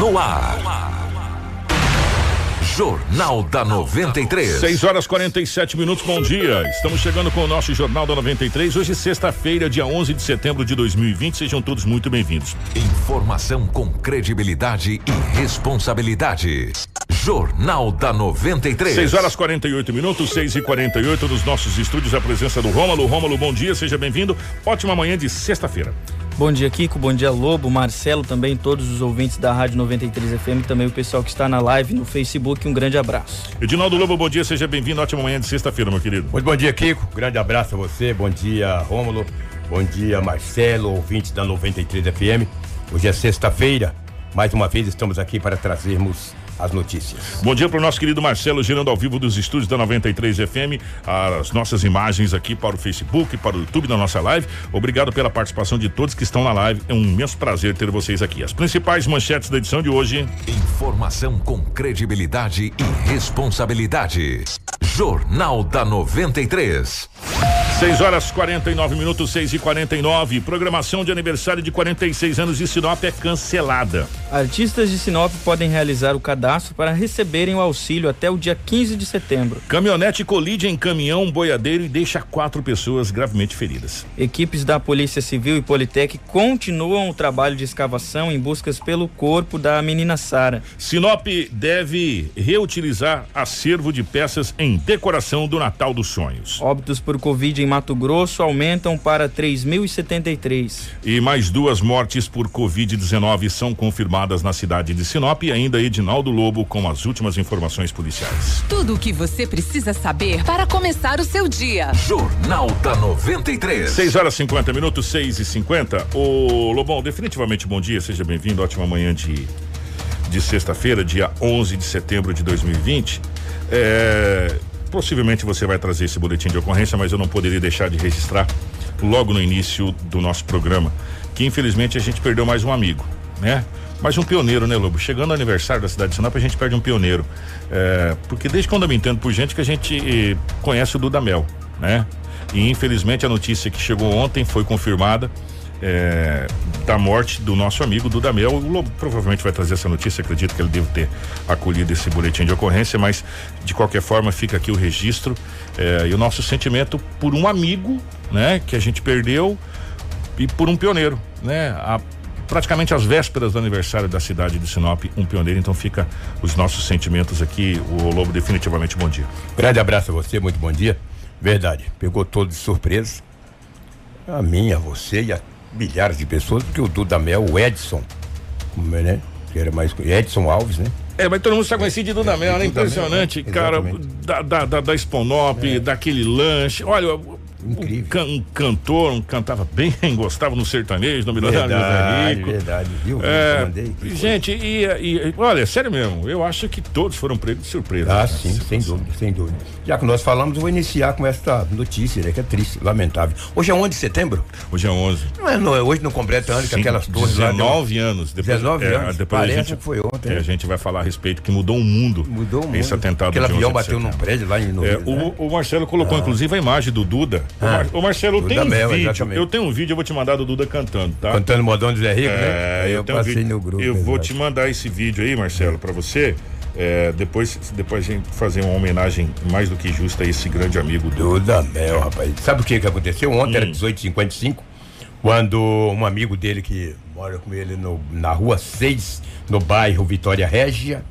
no ar. Jornal da 93. 6h47, bom dia. Estamos chegando com o nosso Jornal da 93. Hoje, sexta-feira, dia 11 de setembro de 2020. Sejam todos muito bem-vindos. Informação com credibilidade e responsabilidade. Jornal da 93. 6h48, 6h48, nos nossos estúdios, a presença do Rômulo. Rômulo, bom dia, seja bem-vindo. Ótima manhã de sexta-feira. Bom dia, Kiko, bom dia, Lobo, Marcelo, também todos os ouvintes da Rádio 93 FM, também o pessoal que está na live no Facebook, um grande abraço. Edinaldo Lobo, bom dia, seja bem-vindo, ótima manhã de sexta-feira, meu querido. Muito bom dia, Kiko, grande abraço a você, bom dia, Rômulo, bom dia, Marcelo, ouvintes da 93 FM. Hoje é sexta-feira, mais uma vez estamos aqui para trazermos as notícias. Bom dia para o nosso querido Marcelo, girando ao vivo dos estúdios da 93 FM, as nossas imagens aqui para o Facebook, para o YouTube da nossa live. Obrigado pela participação de todos que estão na live. É um imenso prazer ter vocês aqui. As principais manchetes da edição de hoje. Informação com credibilidade e responsabilidade. Jornal da 93. 6h49, 6h49. Programação de aniversário de 46 anos de Sinop é cancelada. Artistas de Sinop podem realizar o cadastro para receberem o auxílio até o dia 15 de setembro. Caminhonete colide em caminhão boiadeiro e deixa 4 pessoas gravemente feridas. Equipes da Polícia Civil e Politec continuam o trabalho de escavação em buscas pelo corpo da menina Sara. Sinop deve reutilizar acervo de peças em decoração do Natal dos Sonhos. Óbitos por Covid em Mato Grosso aumentam para 3.073. E mais 2 mortes por Covid-19 são confirmadas na cidade de Sinop. E ainda Edinaldo Lobo com as últimas informações policiais. Tudo o que você precisa saber para começar o seu dia. Jornal da 93. 6h50, 6h50. Ô Lobão, definitivamente bom dia, seja bem-vindo, ótima manhã de sexta-feira, dia 11 de setembro de 2020. Possivelmente você vai trazer esse boletim de ocorrência, mas eu não poderia deixar de registrar logo no início do nosso programa que infelizmente a gente perdeu mais um amigo, né? Mais um pioneiro, né, Lobo? Chegando ao aniversário da cidade de Sinop, a gente perde um pioneiro, porque desde quando eu me entendo por gente que a gente conhece o Dudamel, né? E infelizmente a notícia que chegou ontem foi confirmada, da morte do nosso amigo Dudamel. O Lobo provavelmente vai trazer essa notícia, acredito que ele deve ter acolhido esse boletim de ocorrência, mas de qualquer forma fica aqui o registro, e o nosso sentimento por um amigo, né, que a gente perdeu, e por um pioneiro, né, praticamente às vésperas do aniversário da cidade de Sinop, um pioneiro. Então fica os nossos sentimentos aqui. O Lobo, definitivamente bom dia. Grande abraço a você, muito bom dia. Verdade, pegou todos de surpresa, a mim, a você e a milhares de pessoas, porque o Dudamel, o Edson, né? Que era mais Edson Alves, né? Mas todo mundo está conhecido de Dudamel, né? Impressionante, cara, da Sponop, daquele lanche, olha, incrível. Um cantor, cantava bem, gostava no sertanejo, no Milionário José Rico. Verdade, viu? Gente, e olha, sério mesmo, eu acho que todos foram pegos de surpresa. Sim, sem dúvida. Já que nós falamos, eu vou iniciar com essa notícia, né? Que é triste, lamentável. Hoje é 11 de setembro? Hoje é 11. Hoje não completa anos, que aquelas torres 19 anos. Depois, 19 anos, depois parece que foi ontem. A gente vai falar a respeito que mudou o mundo. Esse atentado. Aquele avião bateu num prédio lá em o Marcelo colocou inclusive a imagem do Duda. O Marcelo, eu tenho um vídeo. Exatamente. Eu tenho um vídio, eu vou te mandar do Duda cantando, tá? Cantando Modão de Zé Rico, né? Eu tenho passei um vídeo, no grupo. Eu vou te mandar esse vídeo aí, Marcelo, pra você. Depois a gente fazer uma homenagem mais do que justa a esse grande amigo Dudamel, rapaz. Sabe o que aconteceu? Ontem era 18h55, quando um amigo dele que mora com ele na rua 6, no bairro Vitória Régia,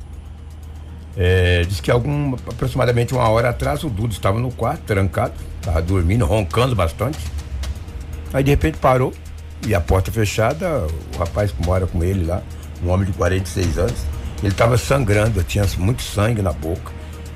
disse que aproximadamente 1 hora atrás o Duda estava no quarto, trancado, estava dormindo, roncando bastante. Aí de repente parou, e a porta fechada, o rapaz que mora com ele lá, um homem de 46 anos, ele estava sangrando, tinha muito sangue na boca.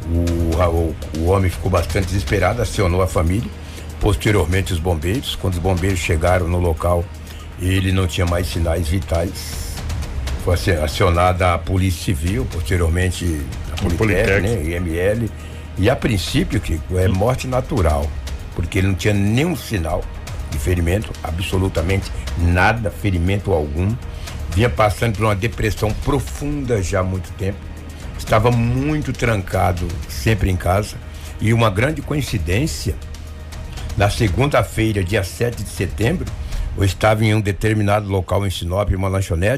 O homem ficou bastante desesperado, acionou a família, posteriormente os bombeiros. Quando os bombeiros chegaram no local, ele não tinha mais sinais vitais. Foi acionada a Polícia Civil, posteriormente a Politec, né, IML, e a princípio que é morte natural, porque ele não tinha nenhum sinal de ferimento, absolutamente nada, ferimento algum. Vinha passando por uma depressão profunda já há muito tempo, estava muito trancado sempre em casa, e uma grande coincidência, na segunda-feira, dia 7 de setembro, eu estava em um determinado local em Sinop, uma lanchonete,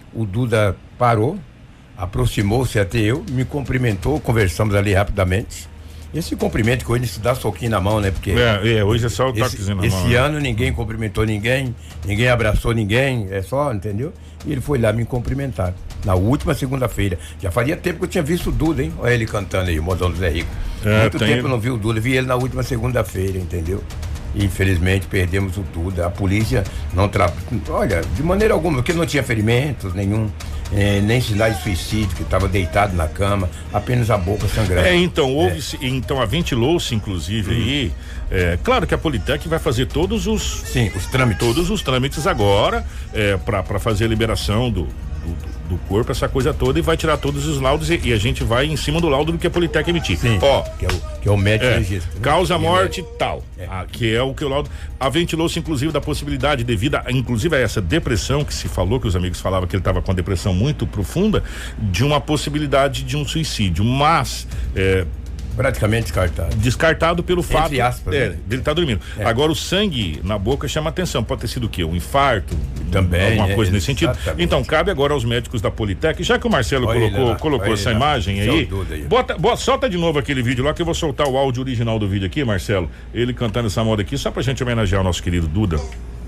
O Duda parou, aproximou-se até eu, me cumprimentou, conversamos ali rapidamente. Esse cumprimento que hoje se dá soquinho na mão, né? Porque hoje é só o toquezinho na mão. Esse ano ninguém cumprimentou ninguém abraçou ninguém, é só, entendeu? E ele foi lá me cumprimentar. Na última segunda-feira. Já fazia tempo que eu tinha visto o Duda, hein? Olha ele cantando aí, o modão do Zé Rico. Muito tempo eu não vi o Duda, vi ele na última segunda-feira, entendeu? E, infelizmente perdemos o Duda. A polícia não olha, de maneira alguma, porque não tinha ferimentos nenhum, nem sinais de suicídio, que estava deitado na cama, apenas a boca sangrando. Então aventilou-se inclusive aí. Claro que a Politec vai fazer todos os trâmites. Todos os trâmites agora, para fazer a liberação do corpo, essa coisa toda, e vai tirar todos os laudos e a gente vai em cima do laudo do que a Politec emitir. Sim, que é o médico registro. Né? Causa morte tal, que é o que o laudo. Aventilou-se inclusive da possibilidade, devido inclusive a essa depressão que se falou, que os amigos falavam que ele estava com uma depressão muito profunda, de uma possibilidade de um suicídio, mas praticamente descartado pelo fato dele estar dormindo. Agora o sangue na boca chama atenção, pode ter sido o quê? Um infarto? Também. Alguma coisa nesse sentido. Então cabe agora aos médicos da Politec, já que o Marcelo colocou essa imagem aí, solta de novo aquele vídeo lá, que eu vou soltar o áudio original do vídeo aqui, Marcelo, ele cantando essa moda aqui, só pra gente homenagear o nosso querido Duda.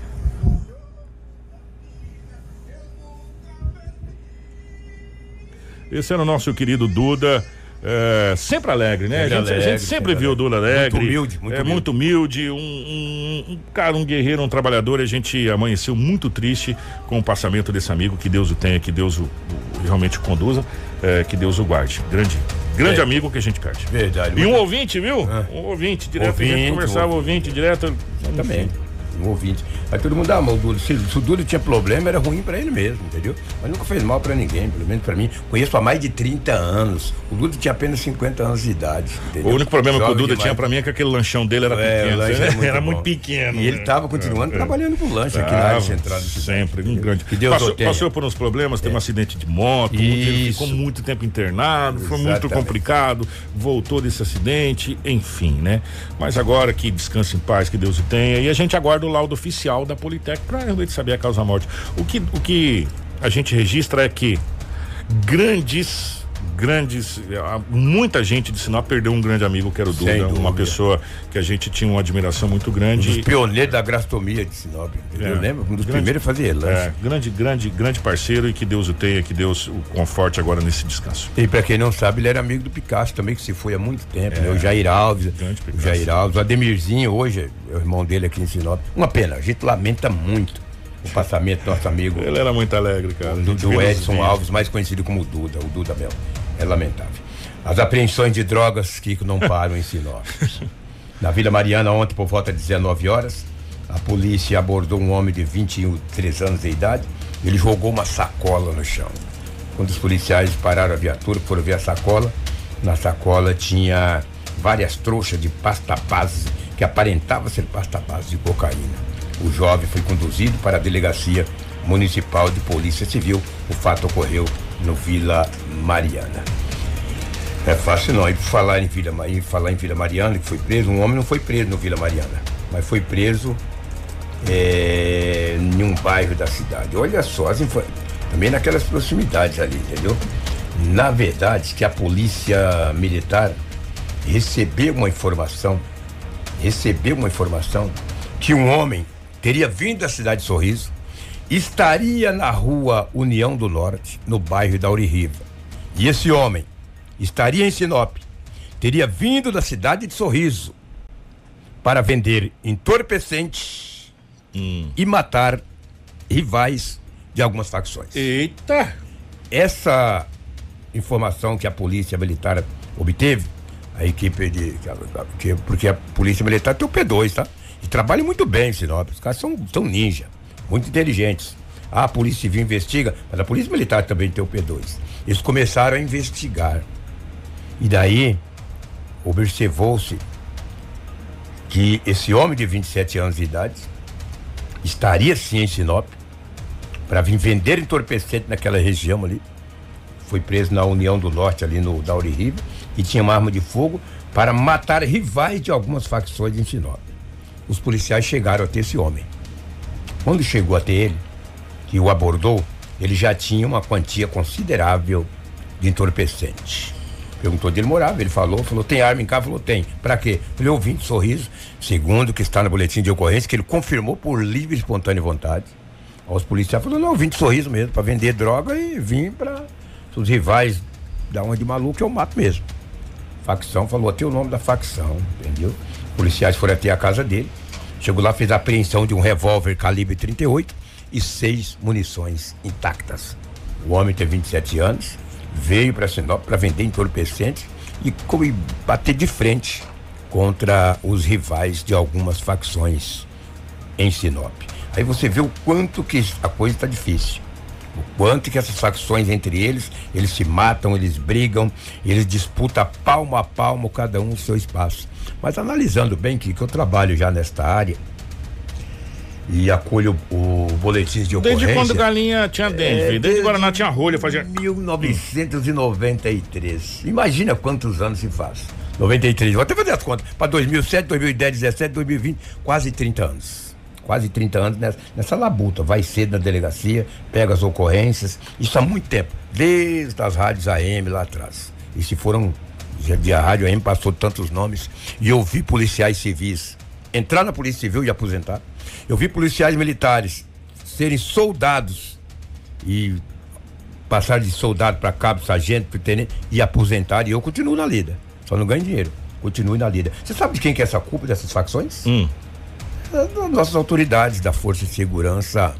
Esse era o nosso querido Duda. Sempre alegre, né? A gente sempre viu o Duda alegre. Muito humilde, um cara, um guerreiro, um trabalhador. A gente amanheceu muito triste com o passamento desse amigo. Que Deus o tenha, que Deus o realmente o conduza, que Deus o guarde. Grande amigo que a gente perde. Verdade. E um ouvinte, viu? Um ouvinte direto. A gente conversava, ouvinte direto. Também. Um ouvinte. Aí todo mundo o Duda. Se o Duda tinha problema, era ruim pra ele mesmo, entendeu? Mas nunca fez mal pra ninguém, pelo menos pra mim. Conheço há mais de 30 anos. O Duda tinha apenas 50 anos de idade, entendeu? O único problema que o Duda tinha pra mim é que aquele lanchão dele era pequeno. Era muito pequeno. E ele tava continuando trabalhando com lanche aqui na área central. Sempre, um grande. Que Deus passou por uns problemas, teve um acidente de moto, ele ficou muito tempo internado, foi muito complicado, voltou desse acidente, enfim, né? Mas agora que descanse em paz, que Deus o tenha, e a gente aguarda o laudo oficial da Politec para realmente saber a causa da morte. O que a gente registra é que muita gente de Sinop perdeu um grande amigo, que era o Duda, uma pessoa que a gente tinha uma admiração muito grande. Um dos pioneiros da gastronomia de Sinop, eu lembro, um dos primeiros a fazer lanche. Grande parceiro, e que Deus o tenha, que Deus o conforte agora nesse descanso. E pra quem não sabe, ele era amigo do Picasso também, que se foi há muito tempo, né? O Jair Alves, o Ademirzinho, hoje é o irmão dele aqui em Sinop. Uma pena, a gente lamenta muito o passamento do nosso amigo. Ele era muito alegre, cara. Do Edson Alves, mais conhecido como o Duda Mel. É lamentável. As apreensões de drogas, Kiko, não param em Sinop. Na Vila Mariana, ontem, por volta de 19 horas, a polícia abordou um homem de 23 anos de idade. Ele jogou uma sacola no chão. Quando os policiais pararam a viatura, foram ver a sacola, na sacola tinha várias trouxas de pasta base, que aparentava ser pasta base de cocaína. O jovem foi conduzido para a Delegacia Municipal de Polícia Civil. O fato ocorreu no Vila Mariana. É fácil não, e falar em Vila Mariana, que foi preso, um homem não foi preso no Vila Mariana, mas foi preso em um bairro da cidade. Olha só, também naquelas proximidades ali, entendeu? Na verdade, que a polícia militar recebeu uma informação que um homem teria vindo da cidade de Sorriso, estaria na rua União do Norte, no bairro da Auririva. E esse homem estaria em Sinop, teria vindo da cidade de Sorriso para vender entorpecentes e matar rivais de algumas facções. Eita! Essa informação que a polícia militar obteve, a equipe porque a polícia militar tem o P2, tá? E trabalha muito bem em Sinop. Os caras são ninja, muito inteligentes. A polícia civil investiga, mas a polícia militar também tem o P2. Eles começaram a investigar. E daí, observou-se que esse homem de 27 anos de idade estaria sim em Sinop para vir vender entorpecente naquela região ali. Foi preso na União do Norte, ali no Dauri Riva, e tinha uma arma de fogo para matar rivais de algumas facções em Sinop. Os policiais chegaram até esse homem. Quando chegou até ele, que o abordou, ele já tinha uma quantia considerável de entorpecente. Perguntou onde ele morava, ele falou, tem arma em casa? Falou, tem. Pra quê? Falei, ouvinte, Sorriso, segundo que está no boletim de ocorrência, que ele confirmou por livre e espontânea vontade aos policiais, falou, não, ouvinte, Sorriso mesmo, pra vender droga e vir pra os rivais dar uma de maluco, eu mato mesmo. Facção, falou até o nome da facção, entendeu? Policiais foram até a casa dele, chegou lá, fez a apreensão de um revólver calibre 38 e 6 munições intactas. O homem tem 27 anos, veio para Sinop para vender entorpecentes e bater de frente contra os rivais de algumas facções em Sinop. Aí você vê o quanto que a coisa está difícil, o quanto que essas facções entre eles se matam, eles brigam, eles disputam palmo a palmo, cada um o seu espaço. Mas analisando bem que eu trabalho já nesta área e acolho o boletins de ocorrência. Desde quando galinha tinha dente, desde Guaraná tinha rolha, fazia... 1993. Imagina quantos anos se faz. 93, vou até fazer as contas. Para 2007, 2010, 2017, 2020, quase 30 anos. Quase 30 anos nessa labuta. Vai cedo na delegacia, pega as ocorrências. Isso há muito tempo. Desde as rádios AM lá atrás. E se foram... A rádio AM passou tantos nomes. E eu vi policiais civis entrar na Polícia Civil e aposentar. Eu vi policiais militares serem soldados e passar de soldado para cabo, sargento, para tenente e aposentar. E eu continuo na lida. Só não ganho dinheiro. Continuo na lida. Você sabe de quem que é essa culpa dessas facções? Das nossas autoridades da Força de Segurança,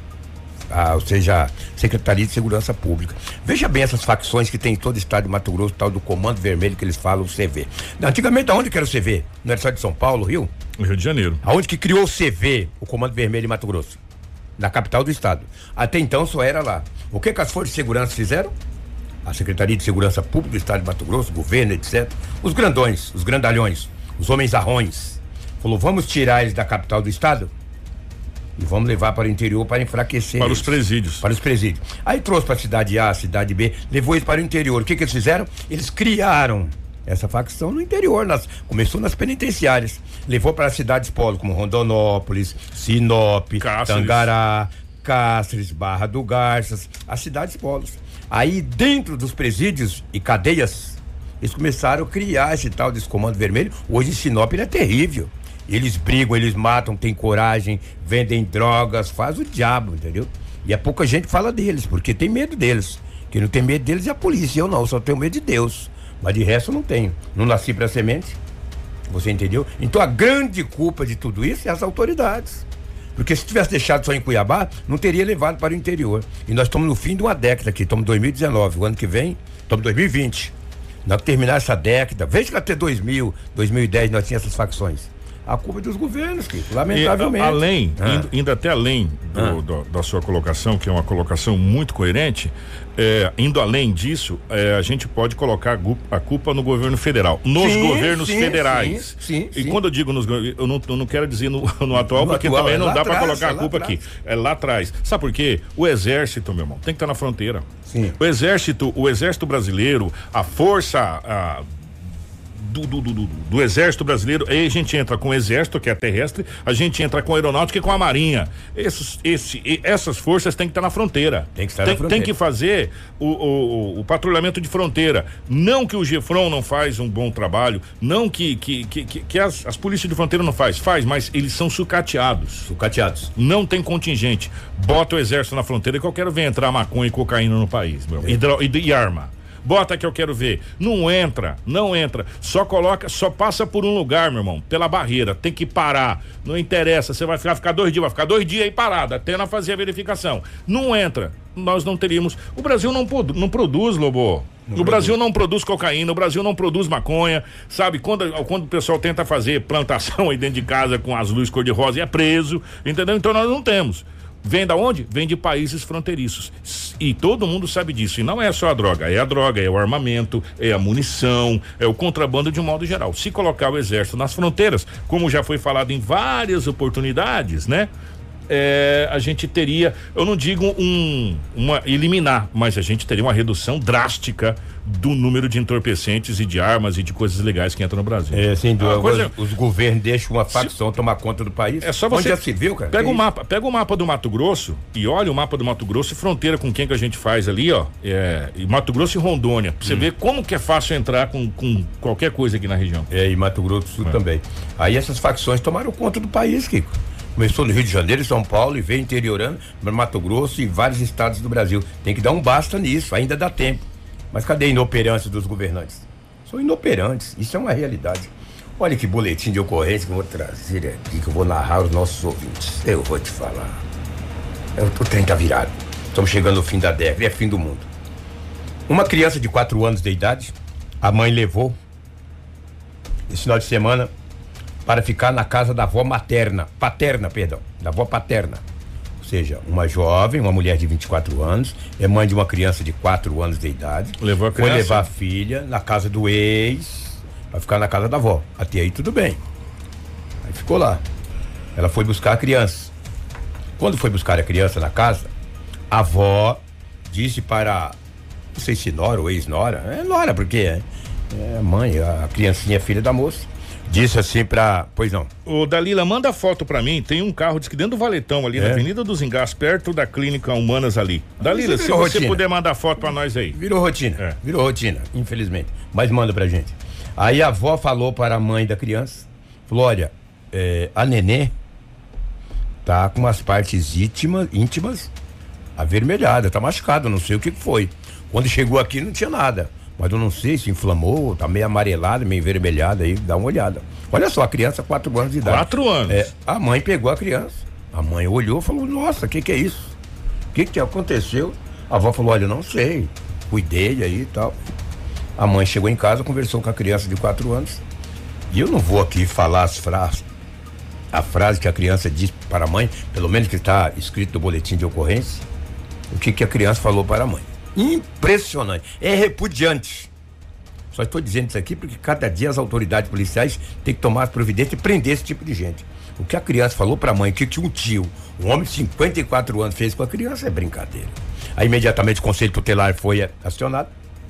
ou seja, Secretaria de Segurança Pública. Veja bem essas facções que tem em todo o estado de Mato Grosso, tal do Comando Vermelho que eles falam, o CV. Antigamente, aonde que era o CV? Não era só de São Paulo, Rio? Rio de Janeiro. Aonde que criou o CV, o Comando Vermelho de Mato Grosso? Na capital do estado. Até então só era lá. O que as Forças de Segurança fizeram? A Secretaria de Segurança Pública do estado de Mato Grosso, governo, etc. Os grandões, os grandalhões, os homens arrões. Falou, vamos tirar eles da capital do estado e vamos levar para o interior para enfraquecer para eles. os presídios. Para os presídios. Aí trouxe para a cidade A, cidade B, levou eles para o interior. O que eles fizeram? Eles criaram essa facção no interior, começou nas penitenciárias. Levou para as cidades polo, como Rondonópolis, Sinop, Tangará, Cáceres, Barra do Garças, as cidades polos. Aí dentro dos presídios e cadeias, eles começaram a criar esse tal desse Comando Vermelho. Hoje em Sinop ele é terrível. Eles brigam, eles matam, têm coragem, vendem drogas, faz o diabo, entendeu? E pouca gente fala deles, porque tem medo deles. Quem não tem medo deles é a polícia. Eu não, só tenho medo de Deus. Mas de resto eu não tenho. Não nasci pra semente. Você entendeu? Então a grande culpa de tudo isso é as autoridades. Porque se tivesse deixado só em Cuiabá, não teria levado para o interior. E nós estamos no fim de uma década aqui, estamos em 2019. O ano que vem, estamos em 2020. Nós terminar essa década, veja que até 2000, 2010 nós tínhamos essas facções. A culpa é dos governos, lamentavelmente. Indo até além da sua colocação, que é uma colocação muito coerente, indo além disso, a gente pode colocar a culpa no governo federal, nos governos federais. Sim. Quando eu digo eu não quero dizer no atual, porque atual, também não dá para colocar a culpa aqui. É lá atrás. Sabe por quê? O exército, meu irmão, tem que estar na fronteira. Sim. O exército brasileiro, a força do exército brasileiro, aí a gente entra com o exército, que é terrestre, a gente entra com a aeronáutica e com a marinha. Essas forças têm que estar na fronteira. Tem que estar na fronteira. Tem que fazer o patrulhamento de fronteira. Não que o GEFRON não faz um bom trabalho, não que as polícias de fronteira não faz, mas eles são sucateados. Não tem contingente. Bota o exército na fronteira que eu quero ver entrar maconha e cocaína no país, meu. E arma. Bota que eu quero ver. Não entra. Só passa por um lugar, meu irmão, pela barreira. Tem que parar. Não interessa, você vai ficar 2 dias, vai ficar 2 dias aí parado, até não fazer a verificação. Não entra. Nós não teríamos. O Brasil não produz, Lobo. O Brasil não produz cocaína, o Brasil não produz maconha, sabe? Quando o pessoal tenta fazer plantação aí dentro de casa com as luzes cor-de-rosa e é preso, entendeu? Então nós não temos. Vem da onde? Vem de países fronteiriços. E todo mundo sabe disso. E não é só a droga, é o armamento, é a munição, é o contrabando de um modo geral. Se colocar o exército nas fronteiras, como já foi falado em várias oportunidades, né? a gente teria, eu não digo eliminar, mas a gente teria uma redução drástica do número de entorpecentes e de armas e de coisas ilegais que entram no Brasil. Sem dúvida. Os governos deixam uma facção tomar conta do país. É só você. Onde já se viu, cara? Pega o mapa do Mato Grosso e olha o mapa do Mato Grosso e fronteira com quem que a gente faz ali, ó. E Mato Grosso e Rondônia. Pra você ver como que é fácil entrar com qualquer coisa aqui na região. E Mato Grosso do Sul também. Aí essas facções tomaram conta do país, Kiko. Começou no Rio de Janeiro, São Paulo e veio interiorando Mato Grosso e vários estados do Brasil. Tem que dar um basta nisso, ainda dá tempo. Mas cadê a inoperância dos governantes? São inoperantes, isso é uma realidade. Olha que boletim de ocorrência que eu vou trazer aqui, que eu vou narrar aos nossos ouvintes. Eu vou te falar. O trem tá virado. Estamos chegando ao fim da década, é fim do mundo. Uma criança de 4 anos de idade, a mãe levou esse final de semana para ficar na casa da avó da avó paterna. Ou seja, uma jovem, uma mulher de 24 anos, é mãe de uma criança de 4 anos de idade. Levou a criança? Foi levar a filha na casa do ex, para ficar na casa da avó. Até aí tudo bem. Aí ficou lá. Ela foi buscar a criança. Quando foi buscar a criança na casa, a avó disse para, não sei se nora ou ex-nora, é nora, porque é mãe, a criancinha é filha da moça. Disse assim pois não. Ô Dalila, manda a foto pra mim, tem um carro, diz que dentro do Valetão ali, na Avenida dos Engás, perto da Clínica Humanas ali. Dalila, se você puder mandar foto pra nós aí. Virou rotina, infelizmente, mas manda pra gente. Aí a avó falou para a mãe da criança, falou, olha, a nenê tá com umas partes íntimas avermelhadas, tá machucada, não sei o que foi. Quando chegou aqui não tinha nada. Mas eu não sei se inflamou, tá meio amarelada, meio envermelhada aí, dá uma olhada. Olha só, a criança, 4 anos de idade. 4 anos? A mãe pegou a criança, a mãe olhou e falou, nossa, o que é isso? O que aconteceu? A avó falou, olha, eu não sei, cuidei aí e tal. A mãe chegou em casa, conversou com a criança de 4 anos. E eu não vou aqui falar a frase que a criança disse para a mãe, pelo menos que está escrito no boletim de ocorrência, o que a criança falou para a mãe. Impressionante, é repudiante. Só estou dizendo isso aqui porque cada dia as autoridades policiais têm que tomar as providências e prender esse tipo de gente. O que a criança falou para a mãe, que tinha um tio, um homem de 54 anos fez com a criança, é brincadeira. Aí imediatamente o Conselho Tutelar foi acionado,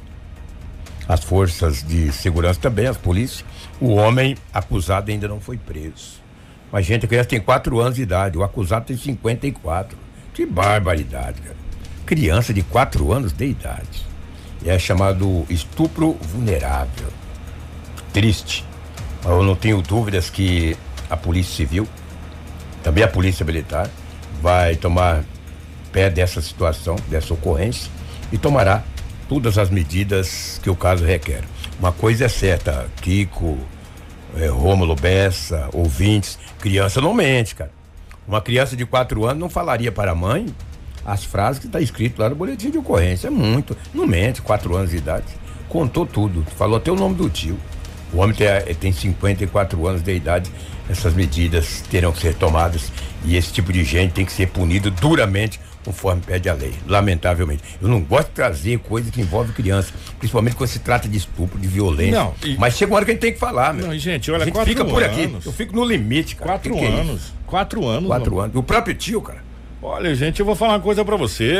as forças de segurança também, as polícias. O homem acusado ainda não foi preso. Mas gente, a criança tem 4 anos de idade, o acusado tem 54. Que barbaridade, cara. Criança de 4 anos de idade. É chamado estupro vulnerável. Triste. Mas eu não tenho dúvidas que a Polícia Civil, também a Polícia Militar, vai tomar pé dessa situação, dessa ocorrência, e tomará todas as medidas que o caso requer. Uma coisa é certa, Kiko, Rômulo Bessa, ouvintes, criança não mente, cara. Uma criança de 4 anos não falaria para a mãe as frases que está escrito lá no boletim de ocorrência. É muito, não mente, 4 anos de idade. Contou tudo, falou até o nome do tio. O homem tem 54 anos de idade. Essas medidas terão que ser tomadas e esse tipo de gente tem que ser punido duramente conforme pede a lei, lamentavelmente. Eu não gosto de trazer coisa que envolve criança, principalmente quando se trata de estupro, de violência. Não, mas chega uma hora que a gente tem que falar, meu. Não, gente, olha, a gente fica por aqui. Eu fico no limite, cara. 4 anos. 4 anos. 4 anos. O próprio tio, cara. Olha, gente, eu vou falar uma coisa pra você.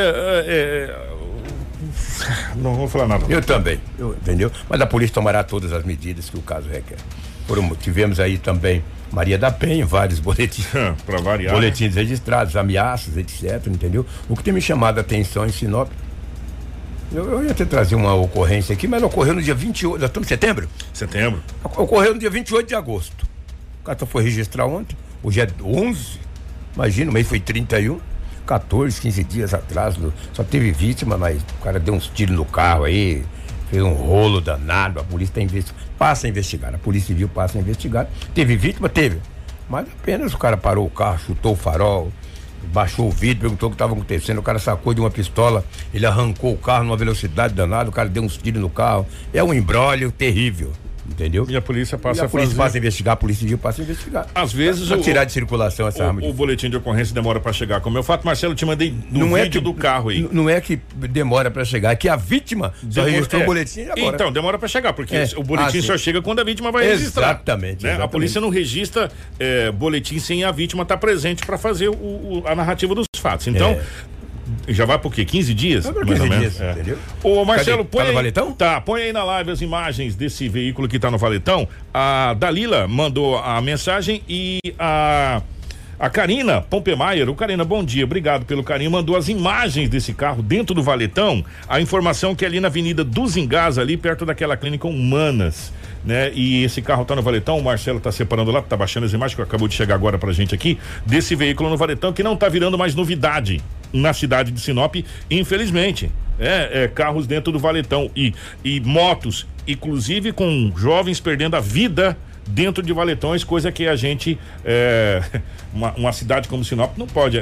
Não vou falar nada. Eu também, entendeu? Mas a polícia tomará todas as medidas que o caso requer. Tivemos aí também Maria da Penha, vários boletins. Pra variar. Boletins registrados, ameaças, etc, entendeu? O que tem me chamado a atenção em Sinop, eu ia até trazer uma ocorrência aqui, mas ocorreu no dia 28, nós estamos em setembro? Setembro. Ocorreu no dia 28 de agosto. O cara só foi registrar ontem, hoje é 11, imagina, o mês foi 31, 14, 15 dias atrás, só teve vítima, mas o cara deu uns tiros no carro aí, fez um rolo danado, a polícia passa a investigar, a Polícia Civil passa a investigar. Teve vítima? Teve. Mas apenas o cara parou o carro, chutou o farol, baixou o vidro, perguntou o que estava acontecendo, o cara sacou de uma pistola, ele arrancou o carro numa velocidade danada, o cara deu uns tiros no carro. É um imbróglio terrível. Entendeu? E a polícia passa a polícia fazer... passa a investigar, a polícia civil passa a investigar. Às vezes pra tirar de circulação essa arma. O boletim de ocorrência demora para chegar. Como eu fato, Marcelo, eu te mandei no vídeo do carro aí. Não é que demora para chegar, é que a vítima só registrou o boletim agora. Então, demora para chegar, porque o boletim só chega quando a vítima vai registrar. Exatamente. Né? A polícia não registra boletim sem a vítima estar presente para fazer a narrativa dos fatos. Então, já vai por quê? 15 dias? Vai por 15 dias, entendeu? Ô, Marcelo, põe no Valetão? Põe aí na live as imagens desse veículo que tá no Valetão. A Dalila mandou a mensagem e a Karina Pompemeyer, Karina, bom dia, obrigado pelo carinho, mandou as imagens desse carro dentro do Valetão, a informação que é ali na Avenida dos Engás, ali perto daquela clínica Humanas, né? E esse carro tá no Valetão, o Marcelo tá separando lá, tá baixando as imagens que acabou de chegar agora pra gente aqui, desse veículo no Valetão, que não tá virando mais novidade na cidade de Sinop, infelizmente. Carros dentro do Valetão e motos, inclusive com jovens perdendo a vida dentro de valetões, coisa que a gente uma cidade como Sinop não pode.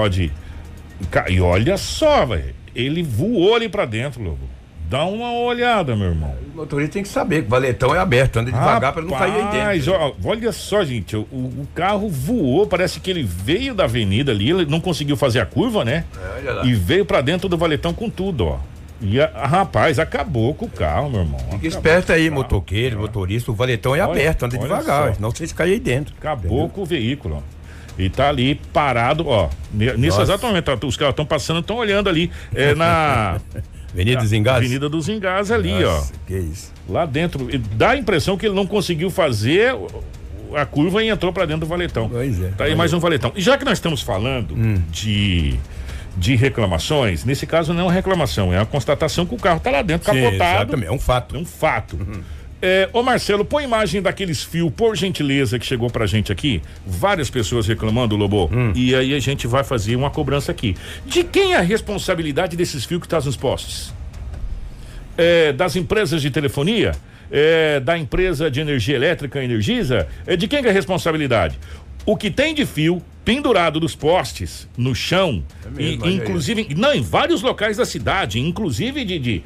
E olha só, velho, ele voou ali pra dentro, Lobo. Dá uma olhada, meu irmão. O motorista tem que saber que o valetão é aberto, anda devagar pra não cair aí dentro. Olha só, gente, o carro voou, parece que ele veio da avenida ali, ele não conseguiu fazer a curva, né? Olha lá. E veio pra dentro do valetão com tudo, ó. E rapaz, acabou com o carro, meu irmão. Fica esperto aí, motoqueiro, motorista, o valetão é aberto, anda devagar, senão vocês caem aí dentro. Acabou com o veículo, ó. E tá ali parado, ó. Nesse exato momento, os caras estão passando, estão olhando ali, na Avenida dos Engás? Avenida dos Engás ali, nossa, ó. Que isso. Lá dentro. Dá a impressão que ele não conseguiu fazer a curva e entrou pra dentro do valetão. Pois é. Tá aí mais um valetão. E já que nós estamos falando de reclamações, nesse caso não é uma reclamação, é uma constatação que o carro tá lá dentro, capotado. Exatamente, é um fato. É um fato. Ô Marcelo, põe imagem daqueles fios, por gentileza, que chegou pra gente aqui. Várias pessoas reclamando, Lobo. E aí a gente vai fazer uma cobrança aqui. De quem é a responsabilidade desses fios que estão nos postes? Das empresas de telefonia? Da empresa de energia elétrica Energisa? De quem é a responsabilidade? O que tem de fio pendurado dos postes, no chão, inclusive, em vários locais da cidade, inclusive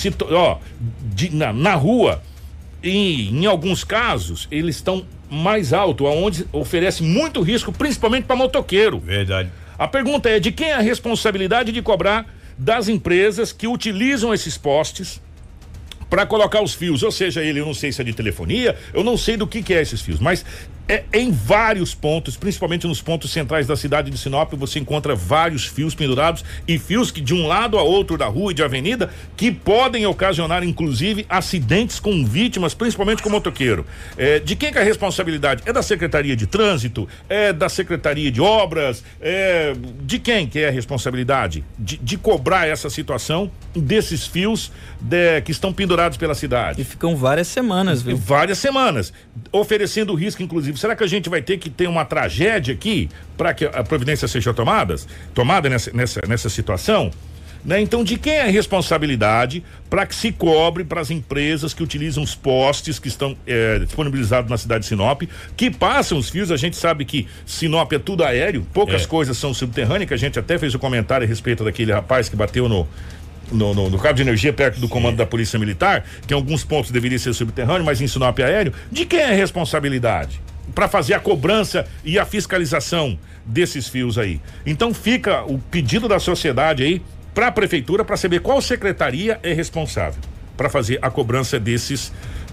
na rua. E em alguns casos eles estão mais alto, aonde oferece muito risco, principalmente para motoqueiro. Verdade. A pergunta é: de quem é a responsabilidade de cobrar das empresas que utilizam esses postes para colocar os fios? Ou seja, eu não sei se é de telefonia, eu não sei do que é esses fios, mas em vários pontos, principalmente nos pontos centrais da cidade de Sinop, você encontra vários fios pendurados e fios que de um lado a outro da rua e de avenida que podem ocasionar inclusive acidentes com vítimas, principalmente com motoqueiro. De quem que é a responsabilidade? É da Secretaria de Trânsito? É da Secretaria de Obras? De quem que é a responsabilidade de cobrar essa situação desses fios que estão pendurados pela cidade? E ficam várias semanas, viu? Várias semanas, oferecendo risco inclusive. Será que a gente vai ter que ter uma tragédia aqui para que a providência seja tomada nessa situação? Né? Então, de quem é a responsabilidade para que se cobre para as empresas que utilizam os postes que estão disponibilizados na cidade de Sinop, que passam os fios? A gente sabe que Sinop é tudo aéreo, poucas coisas são subterrâneas, que a gente até fez um comentário a respeito daquele rapaz que bateu no cabo de energia perto do comando da Polícia Militar, que em alguns pontos deveria ser subterrâneo, mas em Sinop é aéreo. De quem é a responsabilidade para fazer a cobrança e a fiscalização desses fios aí? Então fica o pedido da sociedade aí para a prefeitura para saber qual secretaria é responsável para fazer a cobrança desses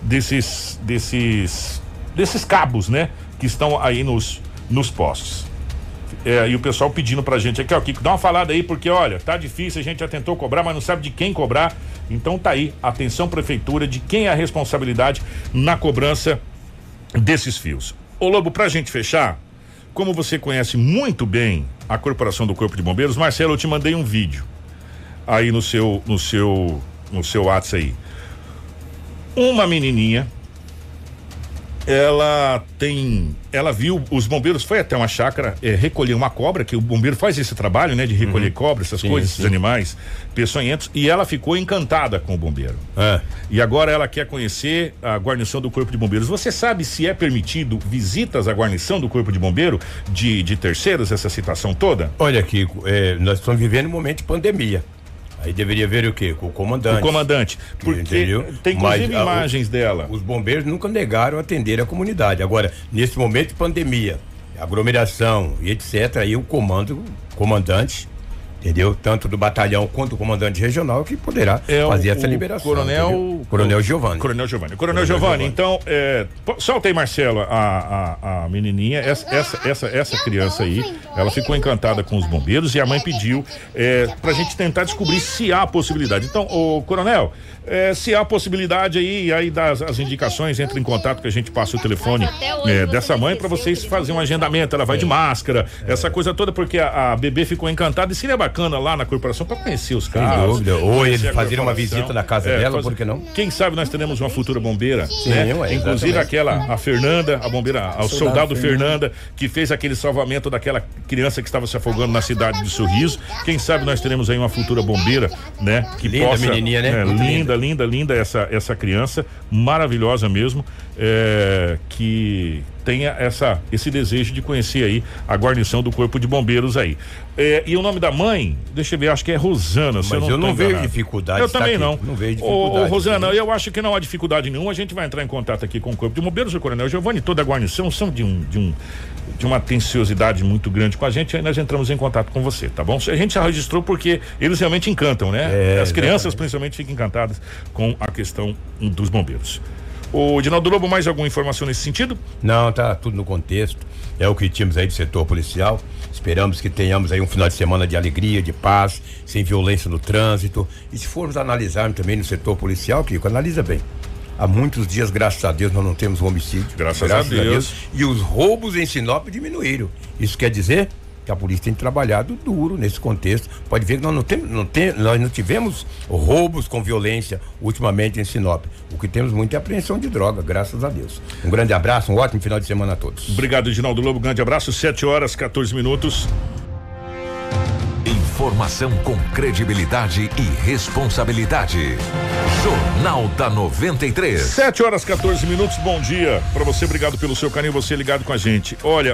cabos, né, que estão aí nos postes. E o pessoal pedindo pra gente aqui, ó, Kiko, dá uma falada aí, porque olha, tá difícil, a gente já tentou cobrar, mas não sabe de quem cobrar. Então tá aí, atenção prefeitura, de quem é a responsabilidade na cobrança desses fios. Ô Lobo, pra gente fechar, como você conhece muito bem a Corporação do Corpo de Bombeiros, Marcelo, eu te mandei um vídeo aí no seu WhatsApp aí. Uma menininha, ela viu os bombeiros, foi até uma chácara recolher uma cobra, que o bombeiro faz esse trabalho, né, de recolher cobra, essas coisas, esses animais peçonhentos, e ela ficou encantada com o bombeiro. E agora ela quer conhecer a guarnição do Corpo de Bombeiros. Você sabe se é permitido visitas à guarnição do Corpo de Bombeiro de terceiros, essa situação toda? Olha, Kiko, nós estamos vivendo um momento de pandemia. Aí deveria ver o quê? Com o comandante. O comandante. Porque entendeu? tem inclusive imagens dela. Os bombeiros nunca negaram atender a comunidade. Agora, nesse momento de pandemia, aglomeração e etc., aí o comandante, entendeu? Tanto do batalhão quanto do comandante regional que poderá fazer essa liberação. Coronel Giovanni. Coronel Giovanni, então, solta aí, Marcelo, a menininha, essa criança aí, ela ficou encantada com os bombeiros e a mãe pediu pra gente tentar descobrir se há possibilidade. Então, ô Coronel, se há possibilidade aí das as indicações, entre em contato que a gente passa o telefone dessa mãe pra vocês fazerem um agendamento. Ela vai de máscara, essa coisa toda, porque a bebê ficou encantada e seria bacana lá na corporação pra conhecer os casos. Ou eles fazerem uma visita na casa dela, por que não? Quem sabe nós teremos uma futura bombeira, né? Inclusive a Fernanda, a bombeira, o soldado Fernanda, que fez aquele salvamento daquela criança que estava se afogando na cidade de Sorriso. Quem sabe nós teremos aí uma futura bombeira, né? Que linda menininha, né? Linda essa criança, maravilhosa mesmo, que tenha esse desejo de conhecer aí a guarnição do Corpo de Bombeiros aí. E o nome da mãe, deixa eu ver, acho que é Rosana. Mas eu não vejo dificuldade. Eu também não. Não vejo dificuldade. Rosana, eu acho que não há dificuldade nenhuma. A gente vai entrar em contato aqui com o Corpo de Bombeiros. O Coronel Giovanni e toda a guarnição são de uma atenciosidade muito grande com a gente. Aí nós entramos em contato com você, tá bom? A gente já registrou porque eles realmente encantam, né? As crianças principalmente ficam encantadas com a questão dos bombeiros. O Edinaldo Lobo, mais alguma informação nesse sentido? Não, tá tudo no contexto. É o que tínhamos aí do setor policial. Esperamos que tenhamos aí um final de semana de alegria, de paz, sem violência no trânsito. E se formos analisar também no setor policial, Kiko, analisa bem. Há muitos dias, graças a Deus, nós não temos homicídio. Graças a Deus. E os roubos em Sinop diminuíram. Isso quer dizer que a polícia tem trabalhado duro nesse contexto. Pode ver que nós não tivemos roubos com violência ultimamente em Sinop. O que temos muito é apreensão de droga, graças a Deus. Um grande abraço, um ótimo final de semana a todos. Obrigado, Edinaldo Lobo, grande abraço, 7h14. Informação com credibilidade e responsabilidade. Jornal da 93. 7h14, bom dia pra você, obrigado pelo seu carinho, você ligado com a gente. Olha,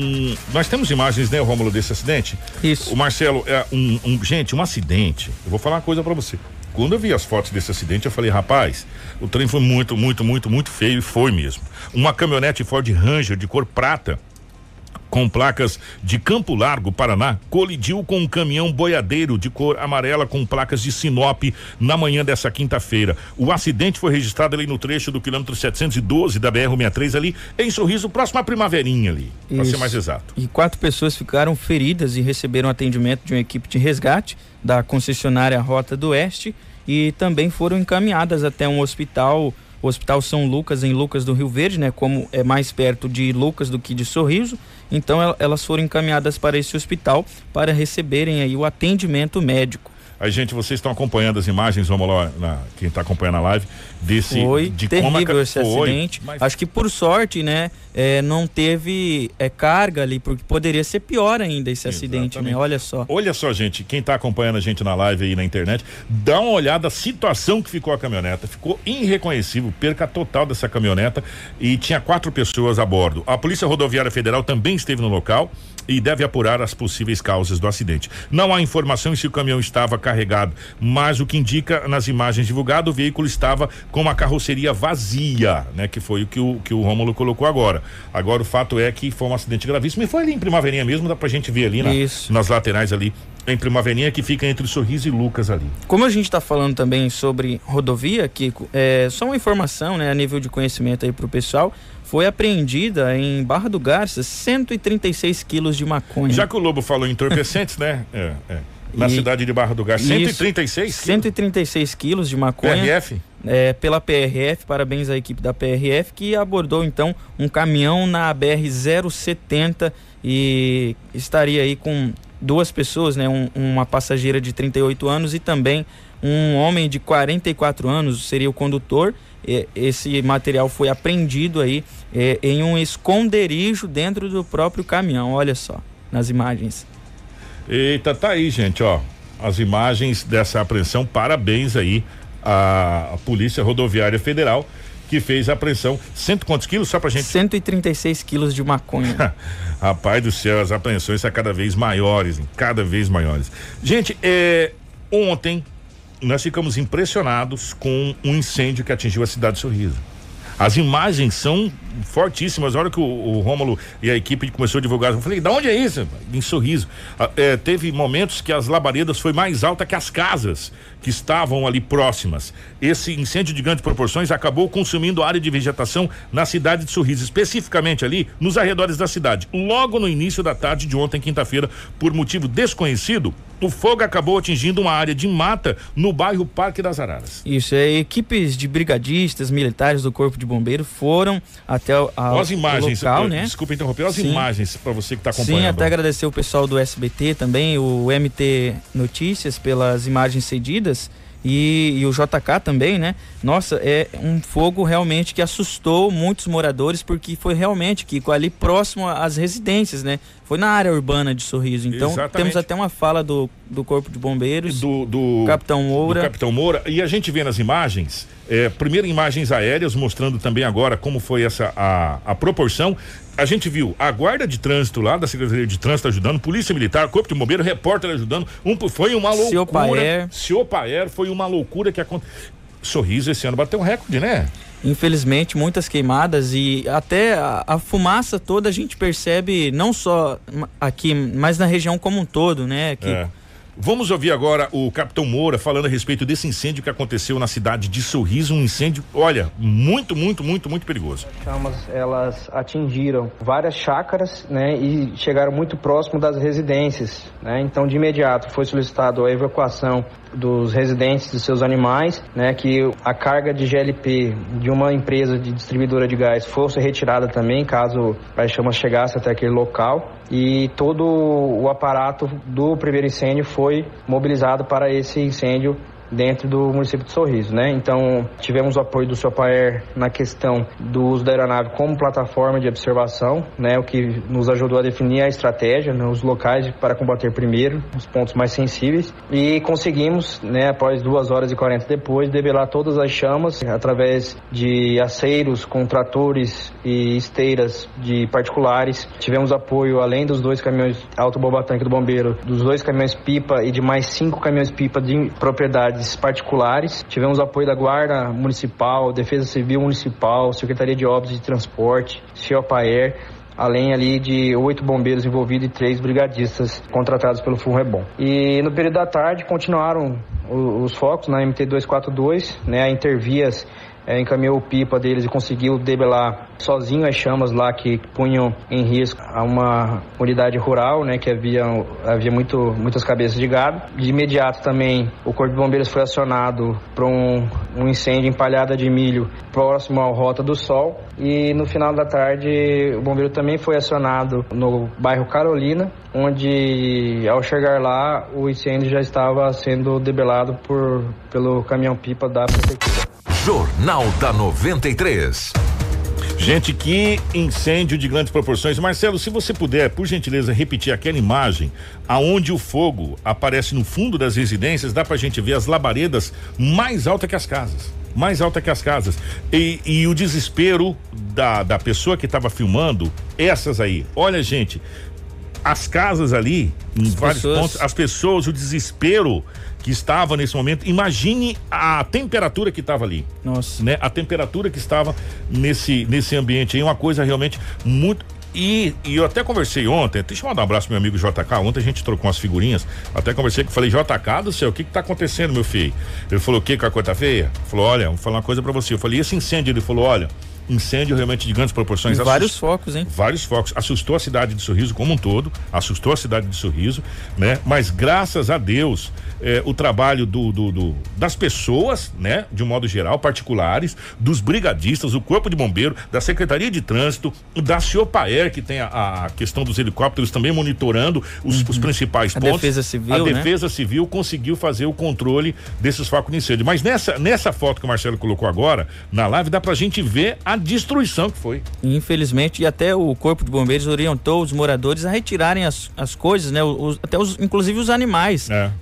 nós temos imagens, né, Rômulo, desse acidente? Isso. O Marcelo, gente, um acidente, eu vou falar uma coisa pra você. Quando eu vi as fotos desse acidente, eu falei, rapaz, o trem foi muito, muito, muito, muito feio, e foi mesmo. Uma caminhonete Ford Ranger de cor prata, com placas de Campo Largo, Paraná, colidiu com um caminhão boiadeiro de cor amarela com placas de Sinop na manhã dessa quinta-feira. O acidente foi registrado ali no trecho do quilômetro 712 da BR-163, ali em Sorriso, próximo à Primaverinha ali, para ser mais exato. E 4 pessoas ficaram feridas e receberam atendimento de uma equipe de resgate da concessionária Rota do Oeste e também foram encaminhadas até um hospital, o Hospital São Lucas, em Lucas do Rio Verde, né? Como é mais perto de Lucas do que de Sorriso, então elas foram encaminhadas para esse hospital para receberem aí o atendimento médico. Aí, gente, vocês estão acompanhando as imagens, vamos lá, quem está acompanhando a live, foi terrível esse acidente. Acho que por sorte, né, não teve carga ali, porque poderia ser pior ainda esse acidente, né? Olha só. Olha só, gente, quem está acompanhando a gente na live aí na internet, dá uma olhada a situação que ficou a caminhoneta, ficou irreconhecível, perca total dessa caminhoneta e tinha 4 pessoas a bordo. A Polícia Rodoviária Federal também esteve no local e deve apurar as possíveis causas do acidente. Não há informação se o caminhão estava carregado, mas o que indica nas imagens divulgadas, o veículo estava com uma carroceria vazia, né? Que foi o que o Rômulo colocou agora. Agora o fato é que foi um acidente gravíssimo e foi ali em Primaverinha mesmo, dá pra gente ver ali nas laterais ali, em Primaverinha, que fica entre Sorriso e Lucas ali. Como a gente está falando também sobre rodovia, Kiko, só uma informação, né, a nível de conhecimento aí pro pessoal, foi apreendida em Barra do Garças 136 quilos de maconha. Já que o Lobo falou em entorpecentes, né? Na cidade de Barra do Garças, 136 quilos? 136 quilos de maconha. PRF? Pela PRF, parabéns à equipe da PRF, que abordou então um caminhão na BR-070 e estaria aí com 2 pessoas, né? Uma passageira de 38 anos e também um homem de 44 anos, seria o condutor. Esse material foi apreendido aí em um esconderijo dentro do próprio caminhão, olha só, nas imagens. Eita, tá aí, gente, ó, as imagens dessa apreensão, parabéns aí à Polícia Rodoviária Federal, que fez a apreensão. Quantos quilos, só pra gente? 136 quilos de maconha. Rapaz do céu, as apreensões são cada vez maiores, hein? Cada vez maiores. Gente, Ontem nós ficamos impressionados com um incêndio que atingiu a cidade de Sorriso. As imagens são fortíssimas. A hora que o Rômulo e a equipe começou a divulgar, eu falei, da onde é isso? Em Sorriso. Teve momentos que as labaredas foi mais alta que as casas que estavam ali próximas. Esse incêndio de grandes proporções acabou consumindo a área de vegetação na cidade de Sorriso, especificamente ali nos arredores da cidade. Logo no início da tarde de ontem, quinta-feira, por motivo desconhecido, o fogo acabou atingindo uma área de mata no bairro Parque das Araras. Isso, equipes de brigadistas, militares do Corpo de Bombeiros foram até as imagens, local, né? Desculpa interromper, as imagens para você que está acompanhando. Sim, até agradecer o pessoal do SBT também, o MT Notícias pelas imagens cedidas e o JK também, né? Nossa, é um fogo realmente que assustou muitos moradores, porque foi realmente, Kiko, ali próximo às residências, né? Foi na área urbana de Sorriso. Então, temos até uma fala do Corpo de Bombeiros, do Capitão Moura. Do Capitão Moura. E a gente vê nas imagens, primeiro imagens aéreas, mostrando também agora como foi a proporção. A gente viu a guarda de trânsito lá da Secretaria de Trânsito ajudando, Polícia Militar, Corpo de Bombeiro, repórter ajudando. Foi uma loucura. Ciopaer, foi uma loucura que aconteceu. Sorriso esse ano bateu um recorde, né? Infelizmente, muitas queimadas e até a fumaça toda a gente percebe, não só aqui, mas na região como um todo, né? Vamos ouvir agora o Capitão Moura falando a respeito desse incêndio que aconteceu na cidade de Sorriso, um incêndio, olha, muito perigoso. As chamas, elas atingiram várias chácaras, né, e chegaram muito próximo das residências, né? Então, de imediato foi solicitado a evacuação dos residentes e seus animais, né, que a carga de GLP de uma empresa de distribuidora de gás fosse retirada também, caso as chamas chegassem até aquele local, e todo o aparato do primeiro incêndio foi mobilizado para esse incêndio dentro do município de Sorriso, né? Então, tivemos o apoio do Ciopaer na questão do uso da aeronave como plataforma de observação, né? O que nos ajudou a definir a estratégia, né? Os locais para combater primeiro, os pontos mais sensíveis, e conseguimos, né? Após 2 horas e 40 depois, debelar todas as chamas através de aceiros com tratores e esteiras de particulares. Tivemos apoio, além dos 2 caminhões autobomba-tanque do bombeiro, dos 2 caminhões-pipa e de mais 5 caminhões-pipa de propriedade particulares. Tivemos apoio da Guarda Municipal, Defesa Civil Municipal, Secretaria de Obras e Transporte, Ciopaer, além ali de 8 bombeiros envolvidos e 3 brigadistas contratados pelo FUNREBOM. E no período da tarde continuaram os focos na MT-242, né, a Intervias encaminhou o pipa deles e conseguiu debelar sozinho as chamas lá que punham em risco a uma unidade rural, né, que havia muitas cabeças de gado. De imediato também o Corpo de Bombeiros foi acionado para um incêndio em palhada de milho próximo à Rota do Sol, e no final da tarde o bombeiro também foi acionado no bairro Carolina, onde ao chegar lá o incêndio já estava sendo debelado pelo caminhão-pipa da prefeitura. Jornal da 93. Gente, que incêndio de grandes proporções. Marcelo, se você puder, por gentileza, repetir aquela imagem aonde o fogo aparece no fundo das residências, dá pra gente ver as labaredas mais altas que as casas. Mais alta que as casas. E o desespero da pessoa que estava filmando, essas aí. Olha, gente, as casas ali, em vários pontos, as pessoas, o desespero que estava nesse momento. Imagine a temperatura que estava ali. Nossa. Né? A temperatura que estava nesse ambiente aí, uma coisa realmente muito. E eu até conversei ontem, deixa eu mandar um abraço pro meu amigo JK, ontem a gente trocou umas figurinhas, até conversei com ele, falei, JK do céu, o que tá acontecendo, meu filho? Ele falou, o que com a coisa feia? Falou, olha, vou falar uma coisa pra você. Eu falei, esse incêndio? Ele falou, olha, incêndio realmente de grandes proporções. Vários focos, hein? Vários focos. Assustou a cidade de Sorriso como um todo, assustou a cidade de Sorriso, né? Mas graças a Deus, o trabalho das pessoas, né? De um modo geral, particulares, dos brigadistas, do Corpo de Bombeiro, da Secretaria de Trânsito, da Ciopaer, que tem a questão dos helicópteros também monitorando os principais pontos. Defesa Civil, a Defesa Civil conseguiu fazer o controle desses focos de incêndio. Mas nessa foto que o Marcelo colocou agora, na live, dá pra gente ver a destruição que foi. Infelizmente, e até o Corpo de Bombeiros orientou os moradores a retirarem as coisas, né? Inclusive os animais, né? Alguns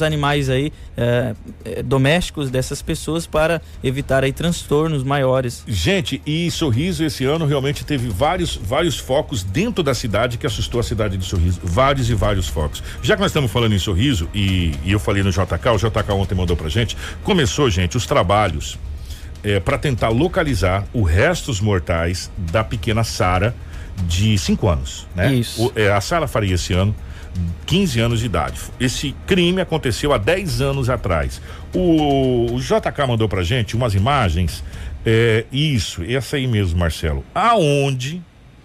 animais aí domésticos dessas pessoas para evitar aí transtornos maiores. Gente, e Sorriso esse ano realmente teve vários focos dentro da cidade que assustou a cidade de Sorriso, vários e vários focos. Já que nós estamos falando em Sorriso e eu falei no JK, o JK ontem mandou pra gente, começou, gente, os trabalhos para tentar localizar os restos mortais da pequena Sara de 5 anos, né? Isso. A Sara faria esse ano 15 anos de idade. Esse crime aconteceu há 10 anos atrás. O JK mandou pra gente umas imagens, essa aí mesmo, Marcelo, aonde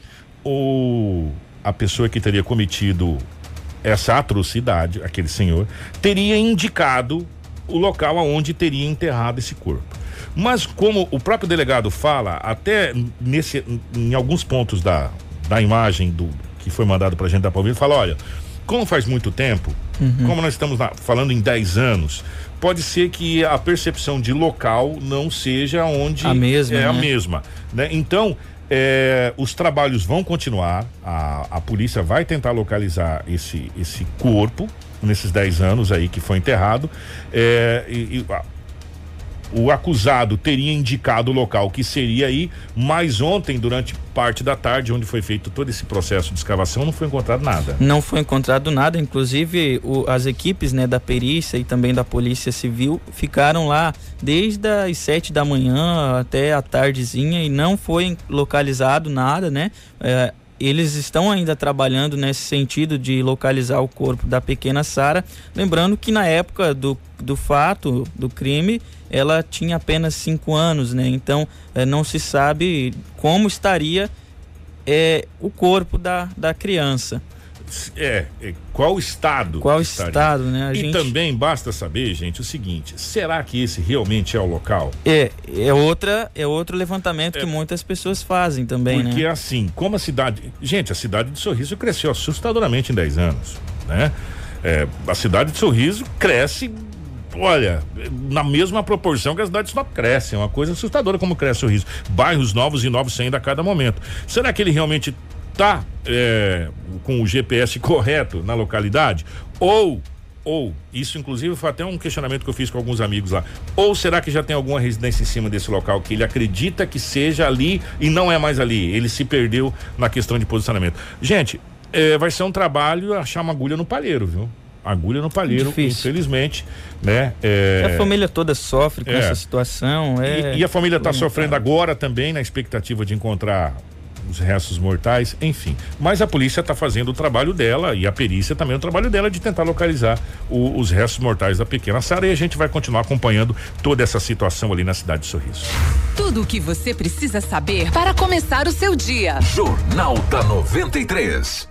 a pessoa que teria cometido essa atrocidade, aquele senhor, teria indicado o local aonde teria enterrado esse corpo. Mas como o próprio delegado fala, até em alguns pontos da imagem que foi mandado pra gente da Palmeiras, fala, olha, como faz muito tempo, como nós estamos falando em 10 anos, pode ser que a percepção de local não seja onde a mesma, né? Então, os trabalhos vão continuar, a polícia vai tentar localizar esse corpo nesses 10 anos aí que foi enterrado, o acusado teria indicado o local que seria aí, mas ontem, durante parte da tarde, onde foi feito todo esse processo de escavação, não foi encontrado nada. Não foi encontrado nada, inclusive as equipes, né, da perícia e também da Polícia Civil ficaram lá desde as 7 da manhã até a tardezinha e não foi localizado nada, né? Eles estão ainda trabalhando nesse sentido de localizar o corpo da pequena Sara, lembrando que na época do fato, do crime, ela tinha apenas 5 anos, né? Então não se sabe como estaria o corpo da criança. Qual estado? Qual estado, né? E também basta saber, gente, o seguinte: será que esse realmente é o local? É outro levantamento que muitas pessoas fazem também, porque, né? Porque assim, como a cidade de Sorriso cresceu assustadoramente em 10 anos, né? A cidade de Sorriso cresce, olha, na mesma proporção que a cidade de Sinop cresce, é uma coisa assustadora como cresce Sorriso. Bairros novos e novos saindo a cada momento. Será que ele realmente tá com o GPS correto na localidade? Ou isso inclusive foi até um questionamento que eu fiz com alguns amigos lá, ou será que já tem alguma residência em cima desse local que ele acredita que seja ali e não é mais ali, ele se perdeu na questão de posicionamento? Gente, vai ser um trabalho achar uma agulha no palheiro, viu? Agulha no palheiro, difícil. Infelizmente, né? A família toda sofre com essa situação. E a família está sofrendo agora também na expectativa de encontrar os restos mortais, enfim. Mas a polícia está fazendo o trabalho dela e a perícia também o trabalho dela de tentar localizar os restos mortais da pequena Sara, e a gente vai continuar acompanhando toda essa situação ali na cidade de Sorriso. Tudo o que você precisa saber para começar o seu dia. Jornal da 93.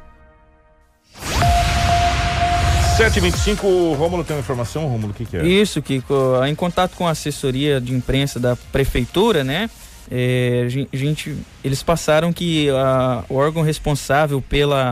7h25, o Rômulo tem uma informação, Rômulo, o que é? Isso, Kiko, em contato com a assessoria de imprensa da prefeitura, né? Eles passaram que o órgão responsável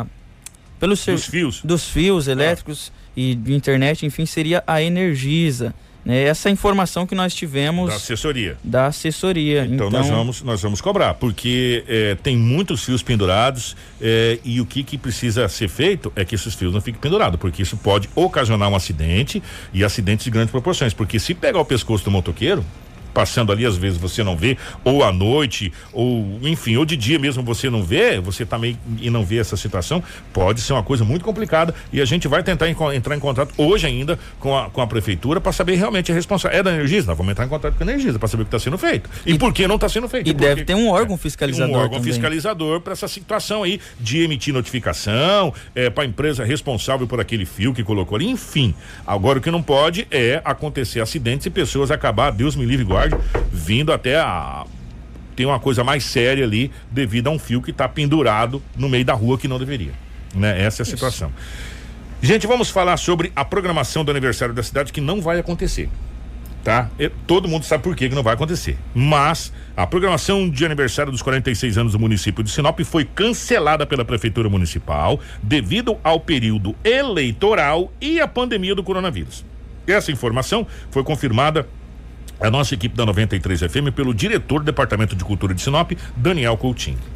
dos fios elétricos e de internet, enfim, seria a Energisa, né? Essa informação que nós tivemos da assessoria. Então nós vamos cobrar, porque tem muitos fios pendurados, e o que precisa ser feito é que esses fios não fiquem pendurados, porque isso pode ocasionar um acidente, e acidentes de grandes proporções, porque se pegar o pescoço do motoqueiro passando ali, às vezes você não vê, ou à noite, ou enfim, ou de dia mesmo você não vê, você tá meio e não vê essa situação, pode ser uma coisa muito complicada, e a gente vai tentar entrar em contato hoje ainda com a prefeitura para saber realmente a responsável. É da Energisa? Nós vamos entrar em contato com a Energisa para saber o que está sendo feito e por que não está sendo feito. E deve ter um órgão fiscalizador fiscalizador para essa situação aí de emitir notificação para a empresa responsável por aquele fio que colocou ali, enfim. Agora o que não pode é acontecer acidentes e pessoas acabar, Deus me livre e guarde, vindo até tem uma coisa mais séria ali devido a um fio que está pendurado no meio da rua que não deveria, né? Essa é a situação. Gente, vamos falar sobre a programação do aniversário da cidade, que não vai acontecer, tá? Todo mundo sabe por que não vai acontecer, mas a programação de aniversário dos 46 anos do município de Sinop foi cancelada pela prefeitura municipal devido ao período eleitoral e a pandemia do coronavírus. Essa informação foi confirmada a nossa equipe da 93 FM pelo diretor do Departamento de Cultura de Sinop, Daniel Coutinho.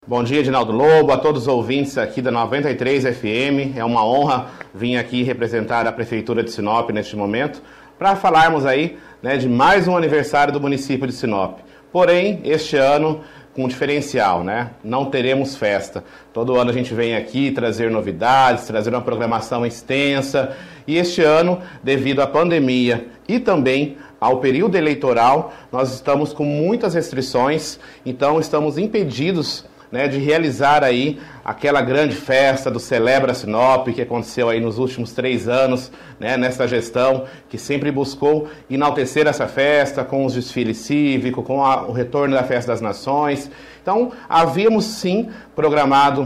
Bom dia, Edinaldo Lobo, a todos os ouvintes aqui da 93 FM. É uma honra vir aqui representar a Prefeitura de Sinop neste momento para falarmos aí, né, de mais um aniversário do município de Sinop. Porém, este ano com um diferencial, né? Não teremos festa. Todo ano a gente vem aqui trazer novidades, trazer uma programação extensa. E este ano, devido à pandemia e também ao período eleitoral, nós estamos com muitas restrições, então estamos impedidos, né, de realizar aí aquela grande festa do Celebra Sinop, que aconteceu aí nos últimos 3 anos, né, nessa gestão, que sempre buscou enaltecer essa festa com os desfiles cívicos, com o retorno da Festa das Nações. Então, havíamos sim programado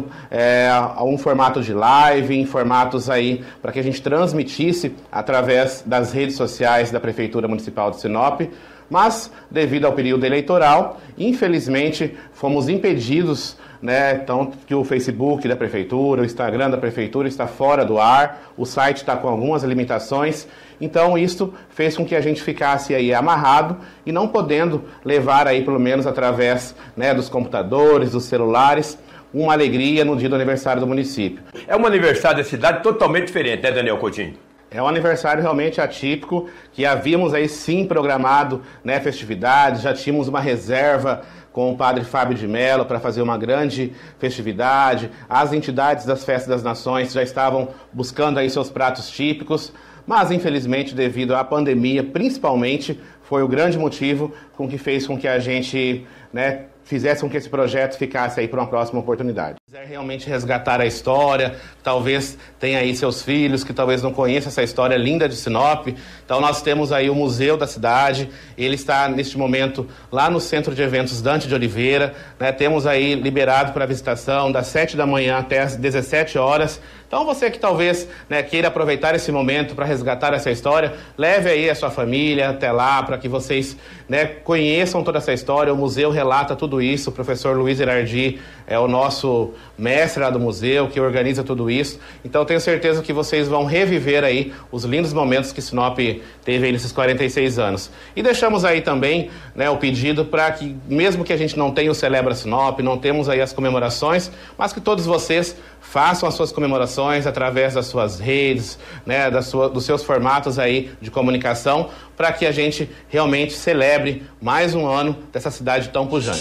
um formato de live, em formatos aí para que a gente transmitisse através das redes sociais da Prefeitura Municipal de Sinop. Mas, devido ao período eleitoral, infelizmente, fomos impedidos, né, então, que o Facebook da Prefeitura, o Instagram da Prefeitura está fora do ar, o site está com algumas limitações, então isso fez com que a gente ficasse aí amarrado e não podendo levar aí, pelo menos através, né, dos computadores, dos celulares, uma alegria no dia do aniversário do município. É um aniversário da cidade totalmente diferente, né, Daniel Coutinho? É um aniversário realmente atípico, que havíamos aí sim programado, né, festividades, já tínhamos uma reserva com o padre Fábio de Mello para fazer uma grande festividade, as entidades das Festas das Nações já estavam buscando aí seus pratos típicos, mas infelizmente devido à pandemia, principalmente, foi o grande motivo com que fez com que a gente, né, fizesse com que esse projeto ficasse aí para uma próxima oportunidade. Se quiser realmente resgatar a história, talvez tenha aí seus filhos que talvez não conheçam essa história linda de Sinop, então nós temos aí o Museu da Cidade, ele está neste momento lá no Centro de Eventos Dante de Oliveira, né, temos aí liberado para visitação das 7 da manhã até as 17 horas, então você que talvez, né, queira aproveitar esse momento para resgatar essa história, leve aí a sua família até lá para que vocês, né, conheçam toda essa história, o museu relata tudo isso, o professor Luiz Irardi é o nosso mestre lá do museu, que organiza tudo isso, então tenho certeza que vocês vão reviver aí os lindos momentos que Sinop teve aí nesses 46 anos. E deixamos aí também, né, o pedido para que, mesmo que a gente não tenha o Celebra Sinop, não temos aí as comemorações, mas que todos vocês façam as suas comemorações através das suas redes, né, dos seus formatos aí de comunicação, para que a gente realmente celebre mais um ano dessa cidade tão pujante.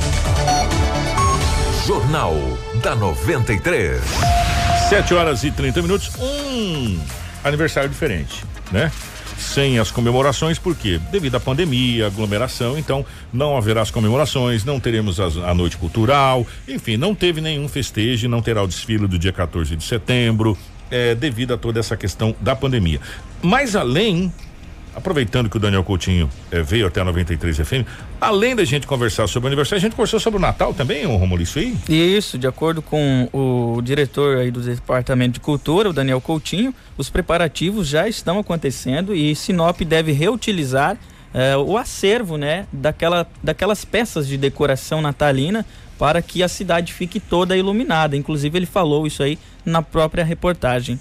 Jornal da 93. 7h30, aniversário diferente, né? Sem as comemorações, por quê? Devido à pandemia, aglomeração, então não haverá as comemorações, não teremos a noite cultural, enfim, não teve nenhum festejo, não terá o desfile do dia 14 de setembro, devido a toda essa questão da pandemia. Mas além, aproveitando que o Daniel Coutinho veio até a 93 FM, além da gente conversar sobre o aniversário, a gente conversou sobre o Natal também, Romulo, isso aí? Isso, de acordo com o diretor aí do Departamento de Cultura, o Daniel Coutinho, os preparativos já estão acontecendo e Sinop deve reutilizar o acervo, né, daquelas peças de decoração natalina para que a cidade fique toda iluminada. Inclusive ele falou isso aí na própria reportagem.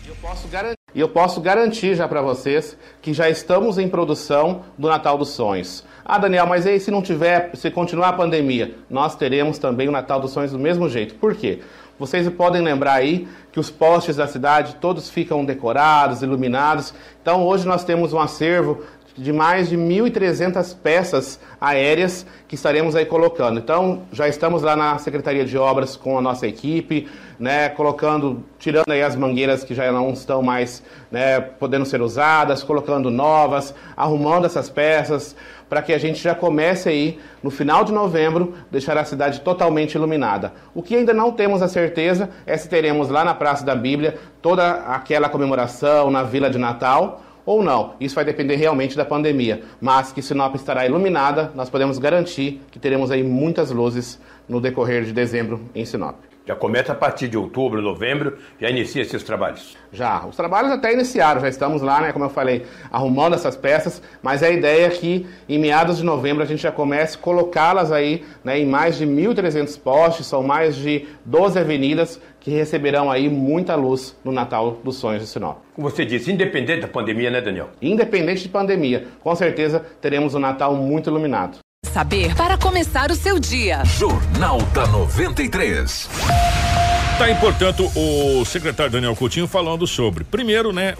Eu posso garantir já para vocês que já estamos em produção do Natal dos Sonhos. Ah, Daniel, mas aí se continuar a pandemia, nós teremos também o Natal dos Sonhos do mesmo jeito. Por quê? Vocês podem lembrar aí que os postes da cidade todos ficam decorados, iluminados. Então hoje nós temos um acervo de mais de 1.300 peças aéreas que estaremos aí colocando. Então, já estamos lá na Secretaria de Obras com a nossa equipe, né, tirando aí as mangueiras que já não estão mais, né, podendo ser usadas, colocando novas, arrumando essas peças, para que a gente já comece aí, no final de novembro, deixar a cidade totalmente iluminada. O que ainda não temos a certeza é se teremos lá na Praça da Bíblia toda aquela comemoração na Vila de Natal, ou não. Isso vai depender realmente da pandemia, mas que Sinop estará iluminada, nós podemos garantir que teremos aí muitas luzes no decorrer de dezembro em Sinop. Já começa a partir de outubro, novembro, já inicia esses trabalhos? Já, os trabalhos até iniciaram, já estamos lá, né, como eu falei, arrumando essas peças, mas a ideia é que em meados de novembro a gente já comece a colocá-las aí, né, em mais de 1.300 postes, são mais de 12 avenidas que receberão aí muita luz no Natal dos Sonhos de Sinop. Como você disse, independente da pandemia, né, Daniel? Independente de pandemia, com certeza teremos um Natal muito iluminado. saber para começar o seu dia. Jornal da 93. Tá aí, portanto, o secretário Daniel Coutinho falando sobre, primeiro, né,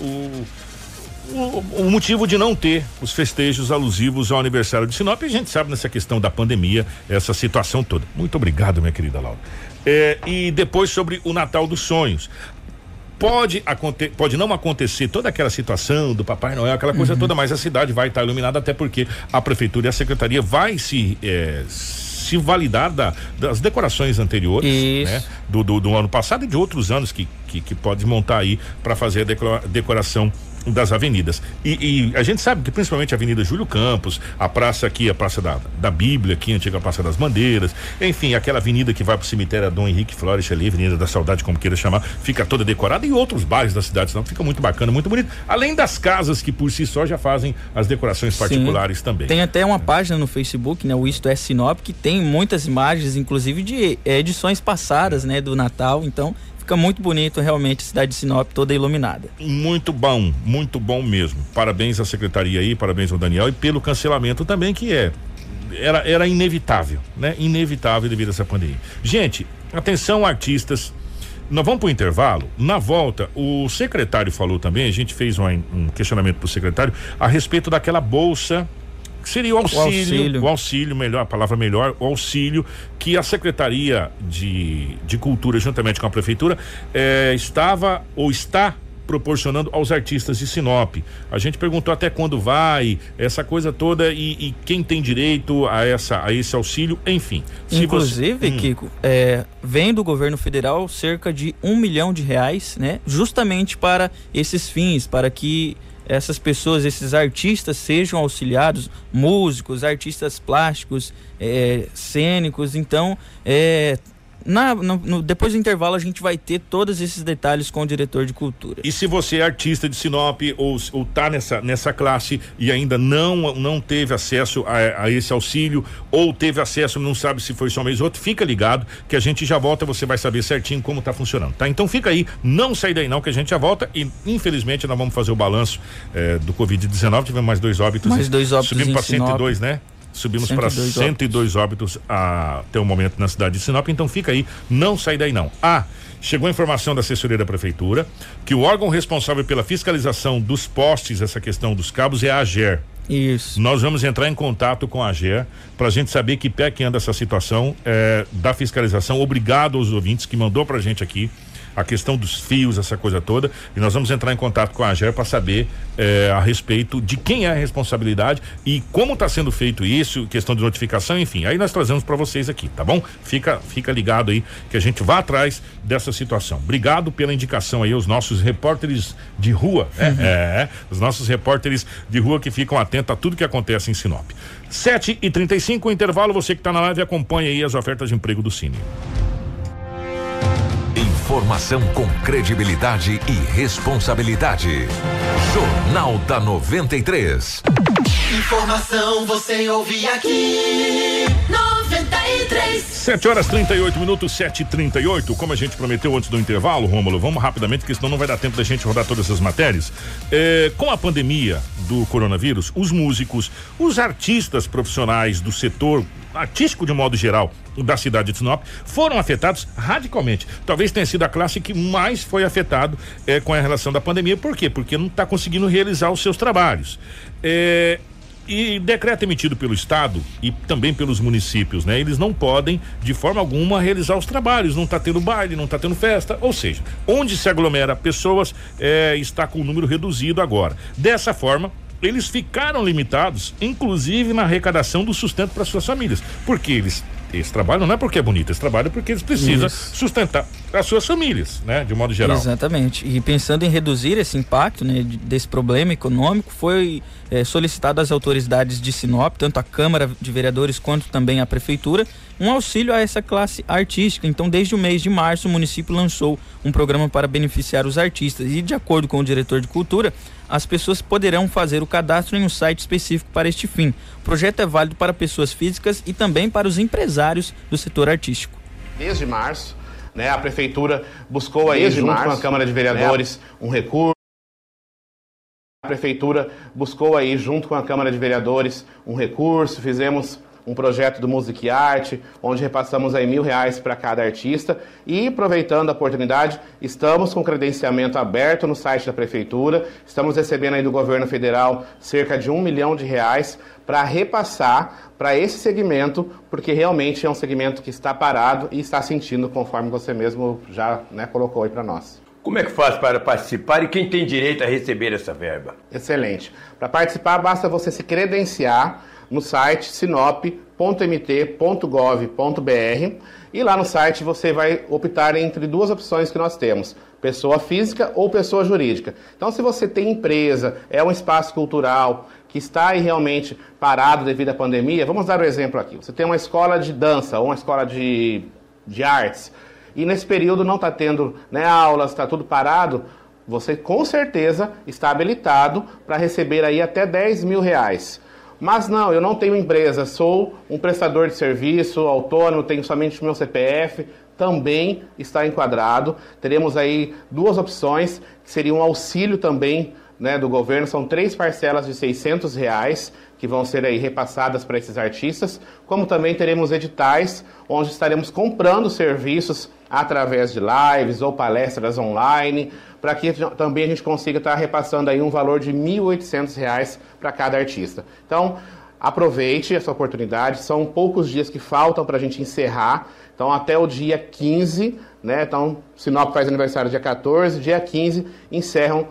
o motivo de não ter os festejos alusivos ao aniversário de Sinop. A gente sabe nessa questão da pandemia, essa situação toda. Muito obrigado, minha querida Laura. E depois sobre o Natal dos Sonhos. Pode não acontecer toda aquela situação do Papai Noel, aquela coisa toda, mas a cidade vai estar iluminada, até porque a prefeitura e a secretaria vai se validar das decorações anteriores, né? Do ano passado e de outros anos que pode montar aí para fazer a decoração das avenidas. E a gente sabe que principalmente a Avenida Júlio Campos, a praça aqui, a Praça da Bíblia, aqui, a antiga Praça das Bandeiras, enfim, aquela avenida que vai pro cemitério Dom Henrique Flores ali, Avenida da Saudade, como queira chamar, fica toda decorada, e outros bairros da cidade, então fica muito bacana, muito bonito, além das casas que por si só já fazem as decorações particulares também. Tem até uma página no Facebook, né, o Isto é Sinop, que tem muitas imagens, inclusive de edições passadas, né, do Natal, então fica muito bonito realmente a cidade de Sinop toda iluminada. Muito bom mesmo. Parabéns à secretaria aí, parabéns ao Daniel, e pelo cancelamento também, que era inevitável, né? Inevitável devido a essa pandemia. Gente, atenção, artistas, nós vamos pro intervalo. Na volta, o secretário falou também, a gente fez um questionamento pro secretário a respeito daquela bolsa, que seria o auxílio, melhor, a palavra melhor, o auxílio que a Secretaria de Cultura, juntamente com a Prefeitura, estava ou está proporcionando aos artistas de Sinop. A gente perguntou até quando vai, essa coisa toda, e quem tem direito a esse auxílio, enfim. Inclusive, Kiko, vem do governo federal cerca de R$1 milhão, né? Justamente para esses fins, para que essas pessoas, esses artistas sejam auxiliados, músicos, artistas plásticos, cênicos. Então, depois do intervalo a gente vai ter todos esses detalhes com o diretor de cultura. E se você é artista de Sinop ou tá nessa classe e ainda não teve acesso a esse auxílio, ou teve acesso, não sabe se foi só um mês ou outro, fica ligado que a gente já volta, você vai saber certinho como tá funcionando, tá? Então fica aí, não sai daí não, que a gente já volta, e infelizmente nós vamos fazer o balanço do Covid-19, tivemos mais 2 óbitos. Subimos para 102, né? Subimos para 102 óbitos até o momento na cidade de Sinop, então fica aí, não sai daí não. Chegou a informação da assessoria da prefeitura que o órgão responsável pela fiscalização dos postes, essa questão dos cabos, é a AGER. Isso. Nós vamos entrar em contato com a AGER pra gente saber que pé que anda essa situação da fiscalização. Obrigado aos ouvintes que mandou pra gente aqui a questão dos fios, essa coisa toda, e nós vamos entrar em contato com a AGER para saber a respeito de quem é a responsabilidade e como está sendo feito isso, questão de notificação, enfim, aí nós trazemos para vocês aqui, tá bom? Fica ligado aí que a gente vai atrás dessa situação. Obrigado pela indicação aí aos nossos repórteres de rua, os nossos repórteres de rua que ficam atentos a tudo que acontece em Sinop. 7h35, o intervalo, você que está na live acompanha aí as ofertas de emprego do Cine. Informação com credibilidade e responsabilidade. Jornal da 93. Informação você ouve aqui. 93. 7h38, 7h38. Como a gente prometeu antes do intervalo, Rômulo, vamos rapidamente, porque senão não vai dar tempo da gente rodar todas as matérias. Com a pandemia do coronavírus, os músicos, os artistas profissionais do setor artístico de modo geral da cidade de Sinop foram afetados radicalmente. Talvez tenha sido a classe que mais foi afetado com a relação da pandemia. Por quê? Porque não está conseguindo realizar os seus trabalhos. E decreto emitido pelo estado e também pelos municípios, né? Eles não podem de forma alguma realizar os trabalhos, não está tendo baile, não está tendo festa, ou seja, onde se aglomera pessoas está com o número reduzido agora. Dessa forma, eles ficaram limitados, inclusive na arrecadação do sustento para suas famílias, porque eles trabalham não é porque é bonito, eles trabalham porque eles precisam sustentar as suas famílias, né? De modo geral. Exatamente. E pensando em reduzir esse impacto, né, desse problema econômico, foi solicitado às autoridades de Sinop, tanto a Câmara de Vereadores quanto também a Prefeitura, um auxílio a essa classe artística. Então, desde o mês de março, o município lançou um programa para beneficiar os artistas e, de acordo com o diretor de cultura, as pessoas poderão fazer o cadastro em um site específico para este fim. O projeto é válido para pessoas físicas e também para os empresários do setor artístico. Desde março, né, a prefeitura buscou aí, junto com a Câmara de Vereadores, um recurso. A prefeitura buscou aí, junto com a Câmara de Vereadores, um recurso, fizemos um projeto do Music Art, onde repassamos aí R$1.000 para cada artista. E, aproveitando a oportunidade, estamos com credenciamento aberto no site da Prefeitura. Estamos recebendo aí do governo federal cerca de R$1 milhão para repassar para esse segmento, porque realmente é um segmento que está parado e está sentindo, conforme você mesmo já, né, colocou aí para nós. Como é que faz para participar e quem tem direito a receber essa verba? Excelente. Para participar, basta você se credenciar no site sinop.mt.gov.br e lá no site você vai optar entre duas opções que nós temos: pessoa física ou pessoa jurídica. Então, se você tem empresa, é um espaço cultural que está aí realmente parado devido à pandemia, vamos dar um exemplo aqui. Você tem uma escola de dança ou uma escola de artes, e nesse período não está tendo, né, aulas, está tudo parado, você com certeza está habilitado para receber aí até R$10 mil. Mas não, eu não tenho empresa, sou um prestador de serviço, autônomo, tenho somente o meu CPF, também está enquadrado. Teremos aí duas opções, que seria um auxílio também, né, do governo, são 3 parcelas de R$600 que vão ser aí repassadas para esses artistas, como também teremos editais onde estaremos comprando serviços através de lives ou palestras online, para que também a gente consiga estar repassando aí um valor de R$1.800 para cada artista. Então, aproveite essa oportunidade, são poucos dias que faltam para a gente encerrar, então até o dia 15, né? Então, Sinop faz aniversário dia 14, dia 15 encerra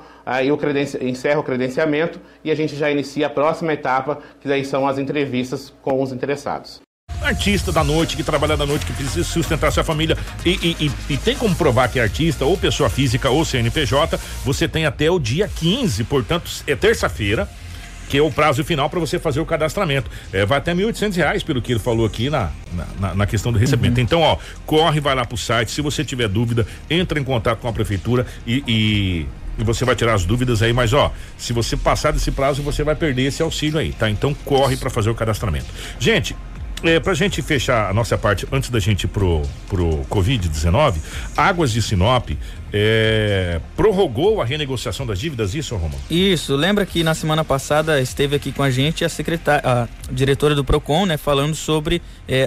o credenciamento e a gente já inicia a próxima etapa, que daí são as entrevistas com os interessados. Artista da noite, que trabalha da noite, que precisa sustentar sua família e tem como provar que é artista, ou pessoa física ou CNPJ, você tem até o dia 15, portanto é terça-feira, que é o prazo final para você fazer o cadastramento. Vai até R$1.800, pelo que ele falou aqui na questão do recebimento. Uhum. Então, corre, vai lá pro site, se você tiver dúvida, entra em contato com a prefeitura e você vai tirar as dúvidas aí, mas se você passar desse prazo, você vai perder esse auxílio aí, tá? Então corre para fazer o cadastramento. Gente, pra gente fechar a nossa parte, antes da gente ir pro Covid-19, Águas de Sinop prorrogou a renegociação das dívidas, isso, Romulo? Isso, lembra que na semana passada esteve aqui com a gente a diretora do Procon, né, falando sobre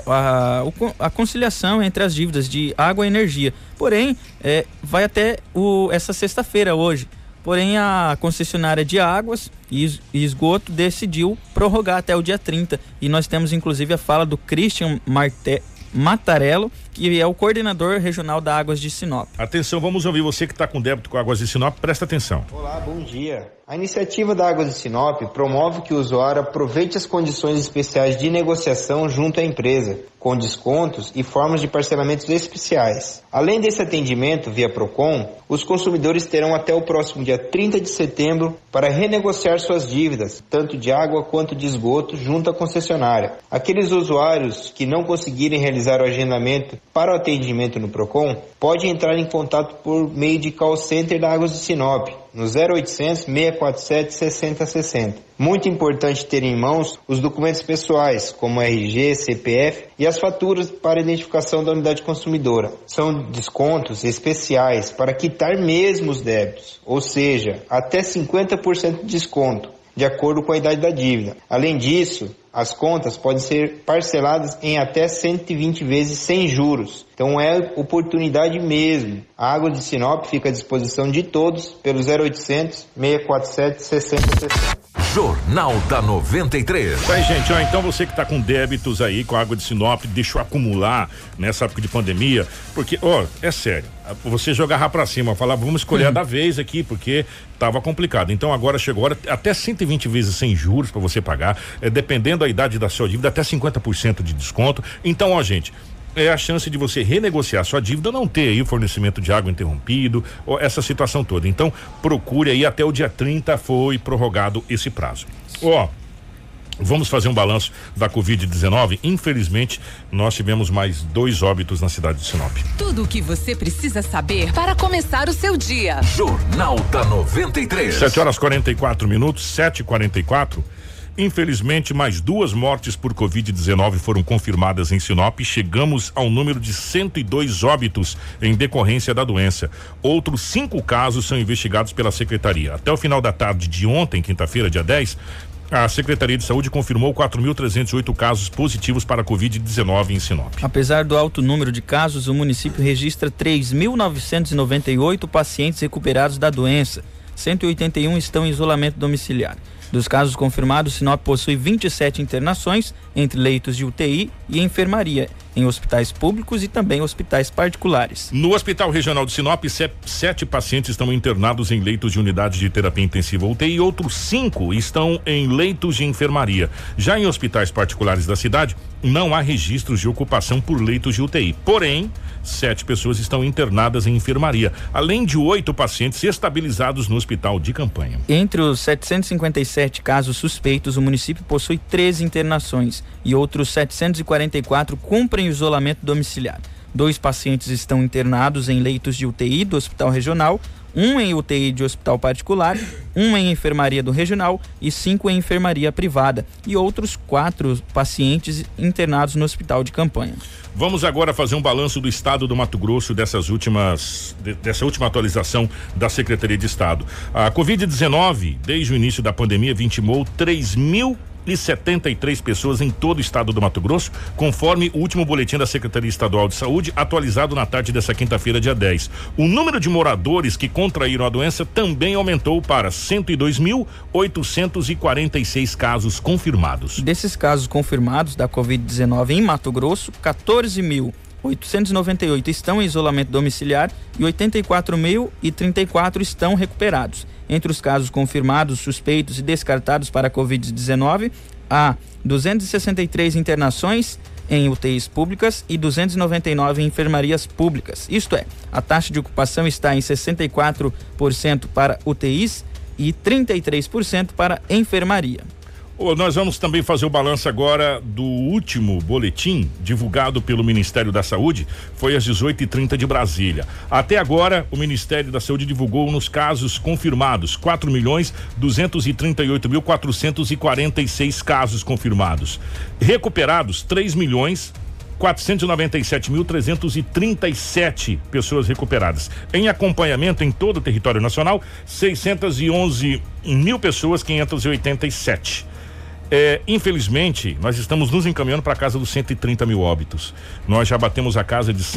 a conciliação entre as dívidas de água e energia. Porém, vai até essa sexta-feira hoje. Porém, a concessionária de águas e esgoto decidiu prorrogar até o dia 30. E nós temos inclusive a fala do Christian Mattarello, que é o coordenador regional da Águas de Sinop. Atenção, vamos ouvir você que está com débito com Águas de Sinop, presta atenção. Olá, bom dia. A iniciativa da Águas de Sinop promove que o usuário aproveite as condições especiais de negociação junto à empresa, com descontos e formas de parcelamentos especiais. Além desse atendimento via Procon, os consumidores terão até o próximo dia 30 de setembro para renegociar suas dívidas, tanto de água quanto de esgoto, junto à concessionária. Aqueles usuários que não conseguirem realizar o agendamento para o atendimento no Procon, podem entrar em contato por meio de call center da Águas de Sinop, no 0800 647 6060. Muito importante ter em mãos os documentos pessoais, como RG, CPF e as faturas para identificação da unidade consumidora. São descontos especiais para quitar mesmo os débitos, ou seja, até 50% de desconto, de acordo com a idade da dívida. Além disso, as contas podem ser parceladas em até 120 vezes sem juros. Então é oportunidade mesmo. A Água de Sinop fica à disposição de todos pelo 0800 647 6060. Jornal da 93. Tá aí, gente, então você que tá com débitos aí com a Água de Sinop, deixou acumular nessa época de pandemia, porque, é sério, você jogava pra cima, falava, vamos escolher a da vez aqui, porque tava complicado. Então agora chegou a hora, até 120 vezes sem juros pra você pagar, dependendo da idade da sua dívida, até 50% de desconto. Então, gente, é a chance de você renegociar sua dívida, não ter aí o fornecimento de água interrompido, ou essa situação toda. Então, procure aí, até o dia 30 foi prorrogado esse prazo. Vamos fazer um balanço da Covid-19. Infelizmente, nós tivemos mais 2 óbitos na cidade de Sinop. Tudo o que você precisa saber para começar o seu dia. Jornal da 93. 7h44, 7h44. Infelizmente, mais 2 mortes por Covid-19 foram confirmadas em Sinop e chegamos ao número de 102 óbitos em decorrência da doença. Outros 5 casos são investigados pela Secretaria. Até o final da tarde de ontem, quinta-feira, dia 10, A Secretaria de Saúde confirmou 4.308 casos positivos para a Covid-19 em Sinop. Apesar do alto número de casos, o município registra 3.998 pacientes recuperados da doença. 181 estão em isolamento domiciliar. Dos casos confirmados, Sinop possui 27 internações entre leitos de UTI e enfermaria em hospitais públicos e também hospitais particulares. No Hospital Regional de Sinop, 7 pacientes estão internados em leitos de unidade de terapia intensiva UTI e outros 5 estão em leitos de enfermaria. Já em hospitais particulares da cidade, não há registros de ocupação por leitos de UTI. Porém, 7 pessoas estão internadas em enfermaria, além de 8 pacientes estabilizados no hospital de campanha. Entre os 757 casos suspeitos, o município possui 13 internações e outros 744 cumprem isolamento domiciliar. 2 pacientes estão internados em leitos de UTI do Hospital Regional, 1 em UTI de hospital particular, 1 em enfermaria do regional e 5 em enfermaria privada e outros 4 pacientes internados no hospital de campanha. Vamos agora fazer um balanço do estado do Mato Grosso dessa última atualização da Secretaria de Estado. A Covid-19, desde o início da pandemia, vitimou 3.073 pessoas em todo o estado do Mato Grosso, conforme o último boletim da Secretaria Estadual de Saúde, atualizado na tarde dessa quinta-feira, dia 10. O número de moradores que contraíram a doença também aumentou para 102.846 casos confirmados. Desses casos confirmados da Covid-19 em Mato Grosso, 14.898 estão em isolamento domiciliar e 84.034 estão recuperados. Entre os casos confirmados, suspeitos e descartados para a Covid-19, há 263 internações em UTIs públicas e 299 em enfermarias públicas. Isto é, a taxa de ocupação está em 64% para UTIs e 33% para enfermaria. Nós vamos também fazer o balanço agora do último boletim divulgado pelo Ministério da Saúde, foi às 18h30 de Brasília. Até agora, o Ministério da Saúde divulgou nos casos confirmados 4.238.446 casos confirmados. Recuperados 3.497.337 pessoas recuperadas. Em acompanhamento em todo o território nacional, 611 mil pessoas, 587. Infelizmente, nós estamos nos encaminhando para a casa dos 130 mil óbitos. Nós já batemos a casa de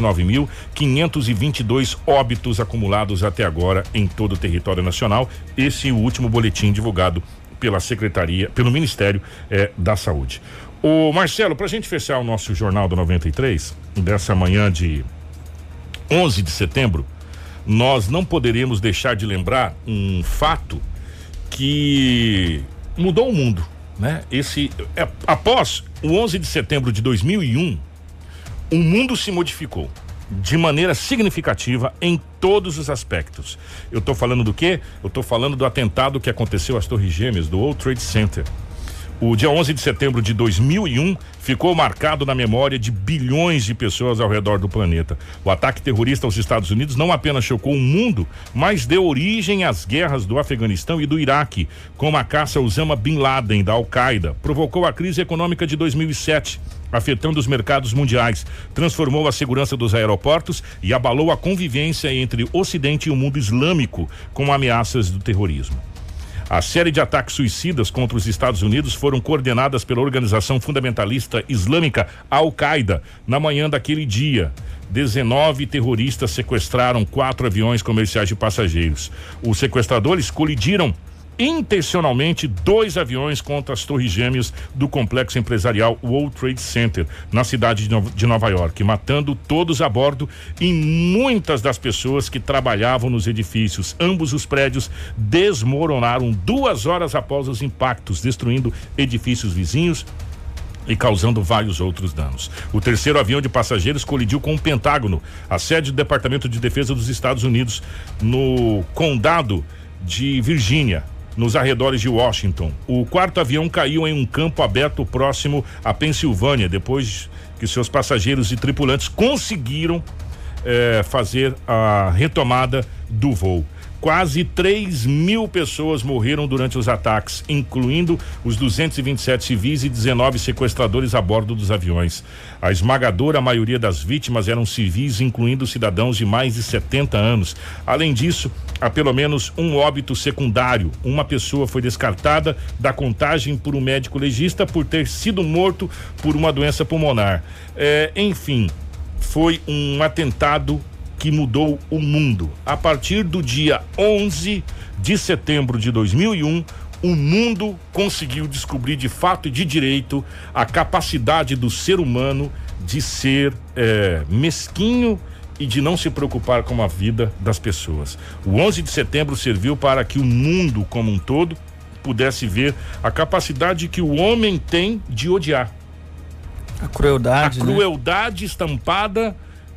129.522 óbitos acumulados até agora em todo o território nacional. Esse é o último boletim divulgado pela Secretaria, pelo Ministério da Saúde. Ô Marcelo, para a gente fechar o nosso Jornal do 93, dessa manhã de 11 de setembro, nós não poderíamos deixar de lembrar um fato que mudou o mundo, né? Após o 11 de setembro de 2001, o mundo se modificou de maneira significativa em todos os aspectos. Eu tô falando do quê? Eu tô falando do atentado que aconteceu às Torres Gêmeas do World Trade Center. O dia 11 de setembro de 2001 ficou marcado na memória de bilhões de pessoas ao redor do planeta. O ataque terrorista aos Estados Unidos não apenas chocou o mundo, mas deu origem às guerras do Afeganistão e do Iraque, como a caça Osama Bin Laden da Al-Qaeda. Provocou a crise econômica de 2007, afetando os mercados mundiais, transformou a segurança dos aeroportos e abalou a convivência entre o Ocidente e o mundo islâmico com ameaças do terrorismo. A série de ataques suicidas contra os Estados Unidos foram coordenadas pela organização fundamentalista islâmica Al-Qaeda. Na manhã daquele dia, 19 terroristas sequestraram 4 aviões comerciais de passageiros. Os sequestradores colidiram intencionalmente 2 aviões contra as Torres Gêmeas do complexo empresarial World Trade Center, na cidade de Nova York, matando todos a bordo e muitas das pessoas que trabalhavam nos edifícios. Ambos os prédios desmoronaram 2 horas após os impactos, destruindo edifícios vizinhos e causando vários outros danos. O 3º avião de passageiros colidiu com o Pentágono, a sede do Departamento de Defesa dos Estados Unidos, no condado de Virgínia, nos arredores de Washington. O 4º avião caiu em um campo aberto próximo à Pensilvânia, depois que seus passageiros e tripulantes conseguiram fazer a retomada do voo. Quase 3.000 pessoas morreram durante os ataques, incluindo os 227 civis e 19 sequestradores a bordo dos aviões. A esmagadora maioria das vítimas eram civis, incluindo cidadãos de mais de 70 anos. Além disso, há pelo menos um óbito secundário. Uma pessoa foi descartada da contagem por um médico legista por ter sido morto por uma doença pulmonar. Enfim, foi um atentado que mudou o mundo. A partir do dia 11 de setembro de 2001, o mundo conseguiu descobrir de fato e de direito a capacidade do ser humano de ser mesquinho e de não se preocupar com a vida das pessoas. O 11 de setembro serviu para que o mundo como um todo pudesse ver a capacidade que o homem tem de odiar. A crueldade, a crueldade estampada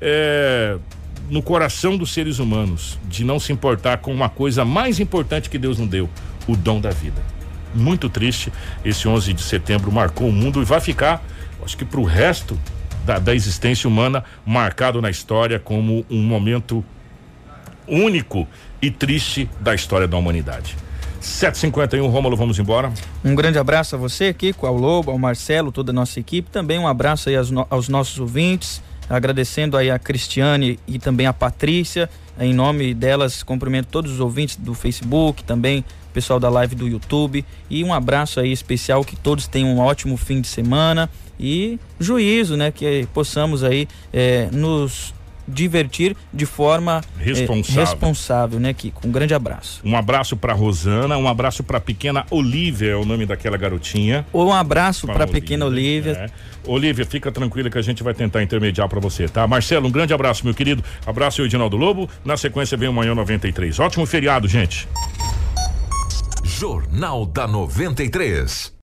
no coração dos seres humanos, de não se importar com uma coisa mais importante que Deus nos deu, o dom da vida. Muito triste, esse 11 de setembro marcou o mundo e vai ficar, acho que pro resto da existência humana, marcado na história como um momento único e triste da história da humanidade. 7h51, Rômulo, vamos embora. Um grande abraço a você, Kiko, ao Lobo, ao Marcelo, toda a nossa equipe. Também um abraço aí aos nossos ouvintes, agradecendo aí a Cristiane e também a Patrícia. Em nome delas, cumprimento todos os ouvintes do Facebook, também o pessoal da live do YouTube, e um abraço aí especial, que todos tenham um ótimo fim de semana e juízo, né, que possamos aí nos divertir de forma responsável, né, Kiko? Um grande abraço. Um abraço para Rosana, um abraço para pequena Olivia, é o nome daquela garotinha. Um abraço para pequena Olivia. Olivia, fica tranquila que a gente vai tentar intermediar para você, tá? Marcelo, um grande abraço, meu querido. Abraço, eu, Edinaldo Lobo. Na sequência vem o Manhã 93. Ótimo feriado, gente. Jornal da 93.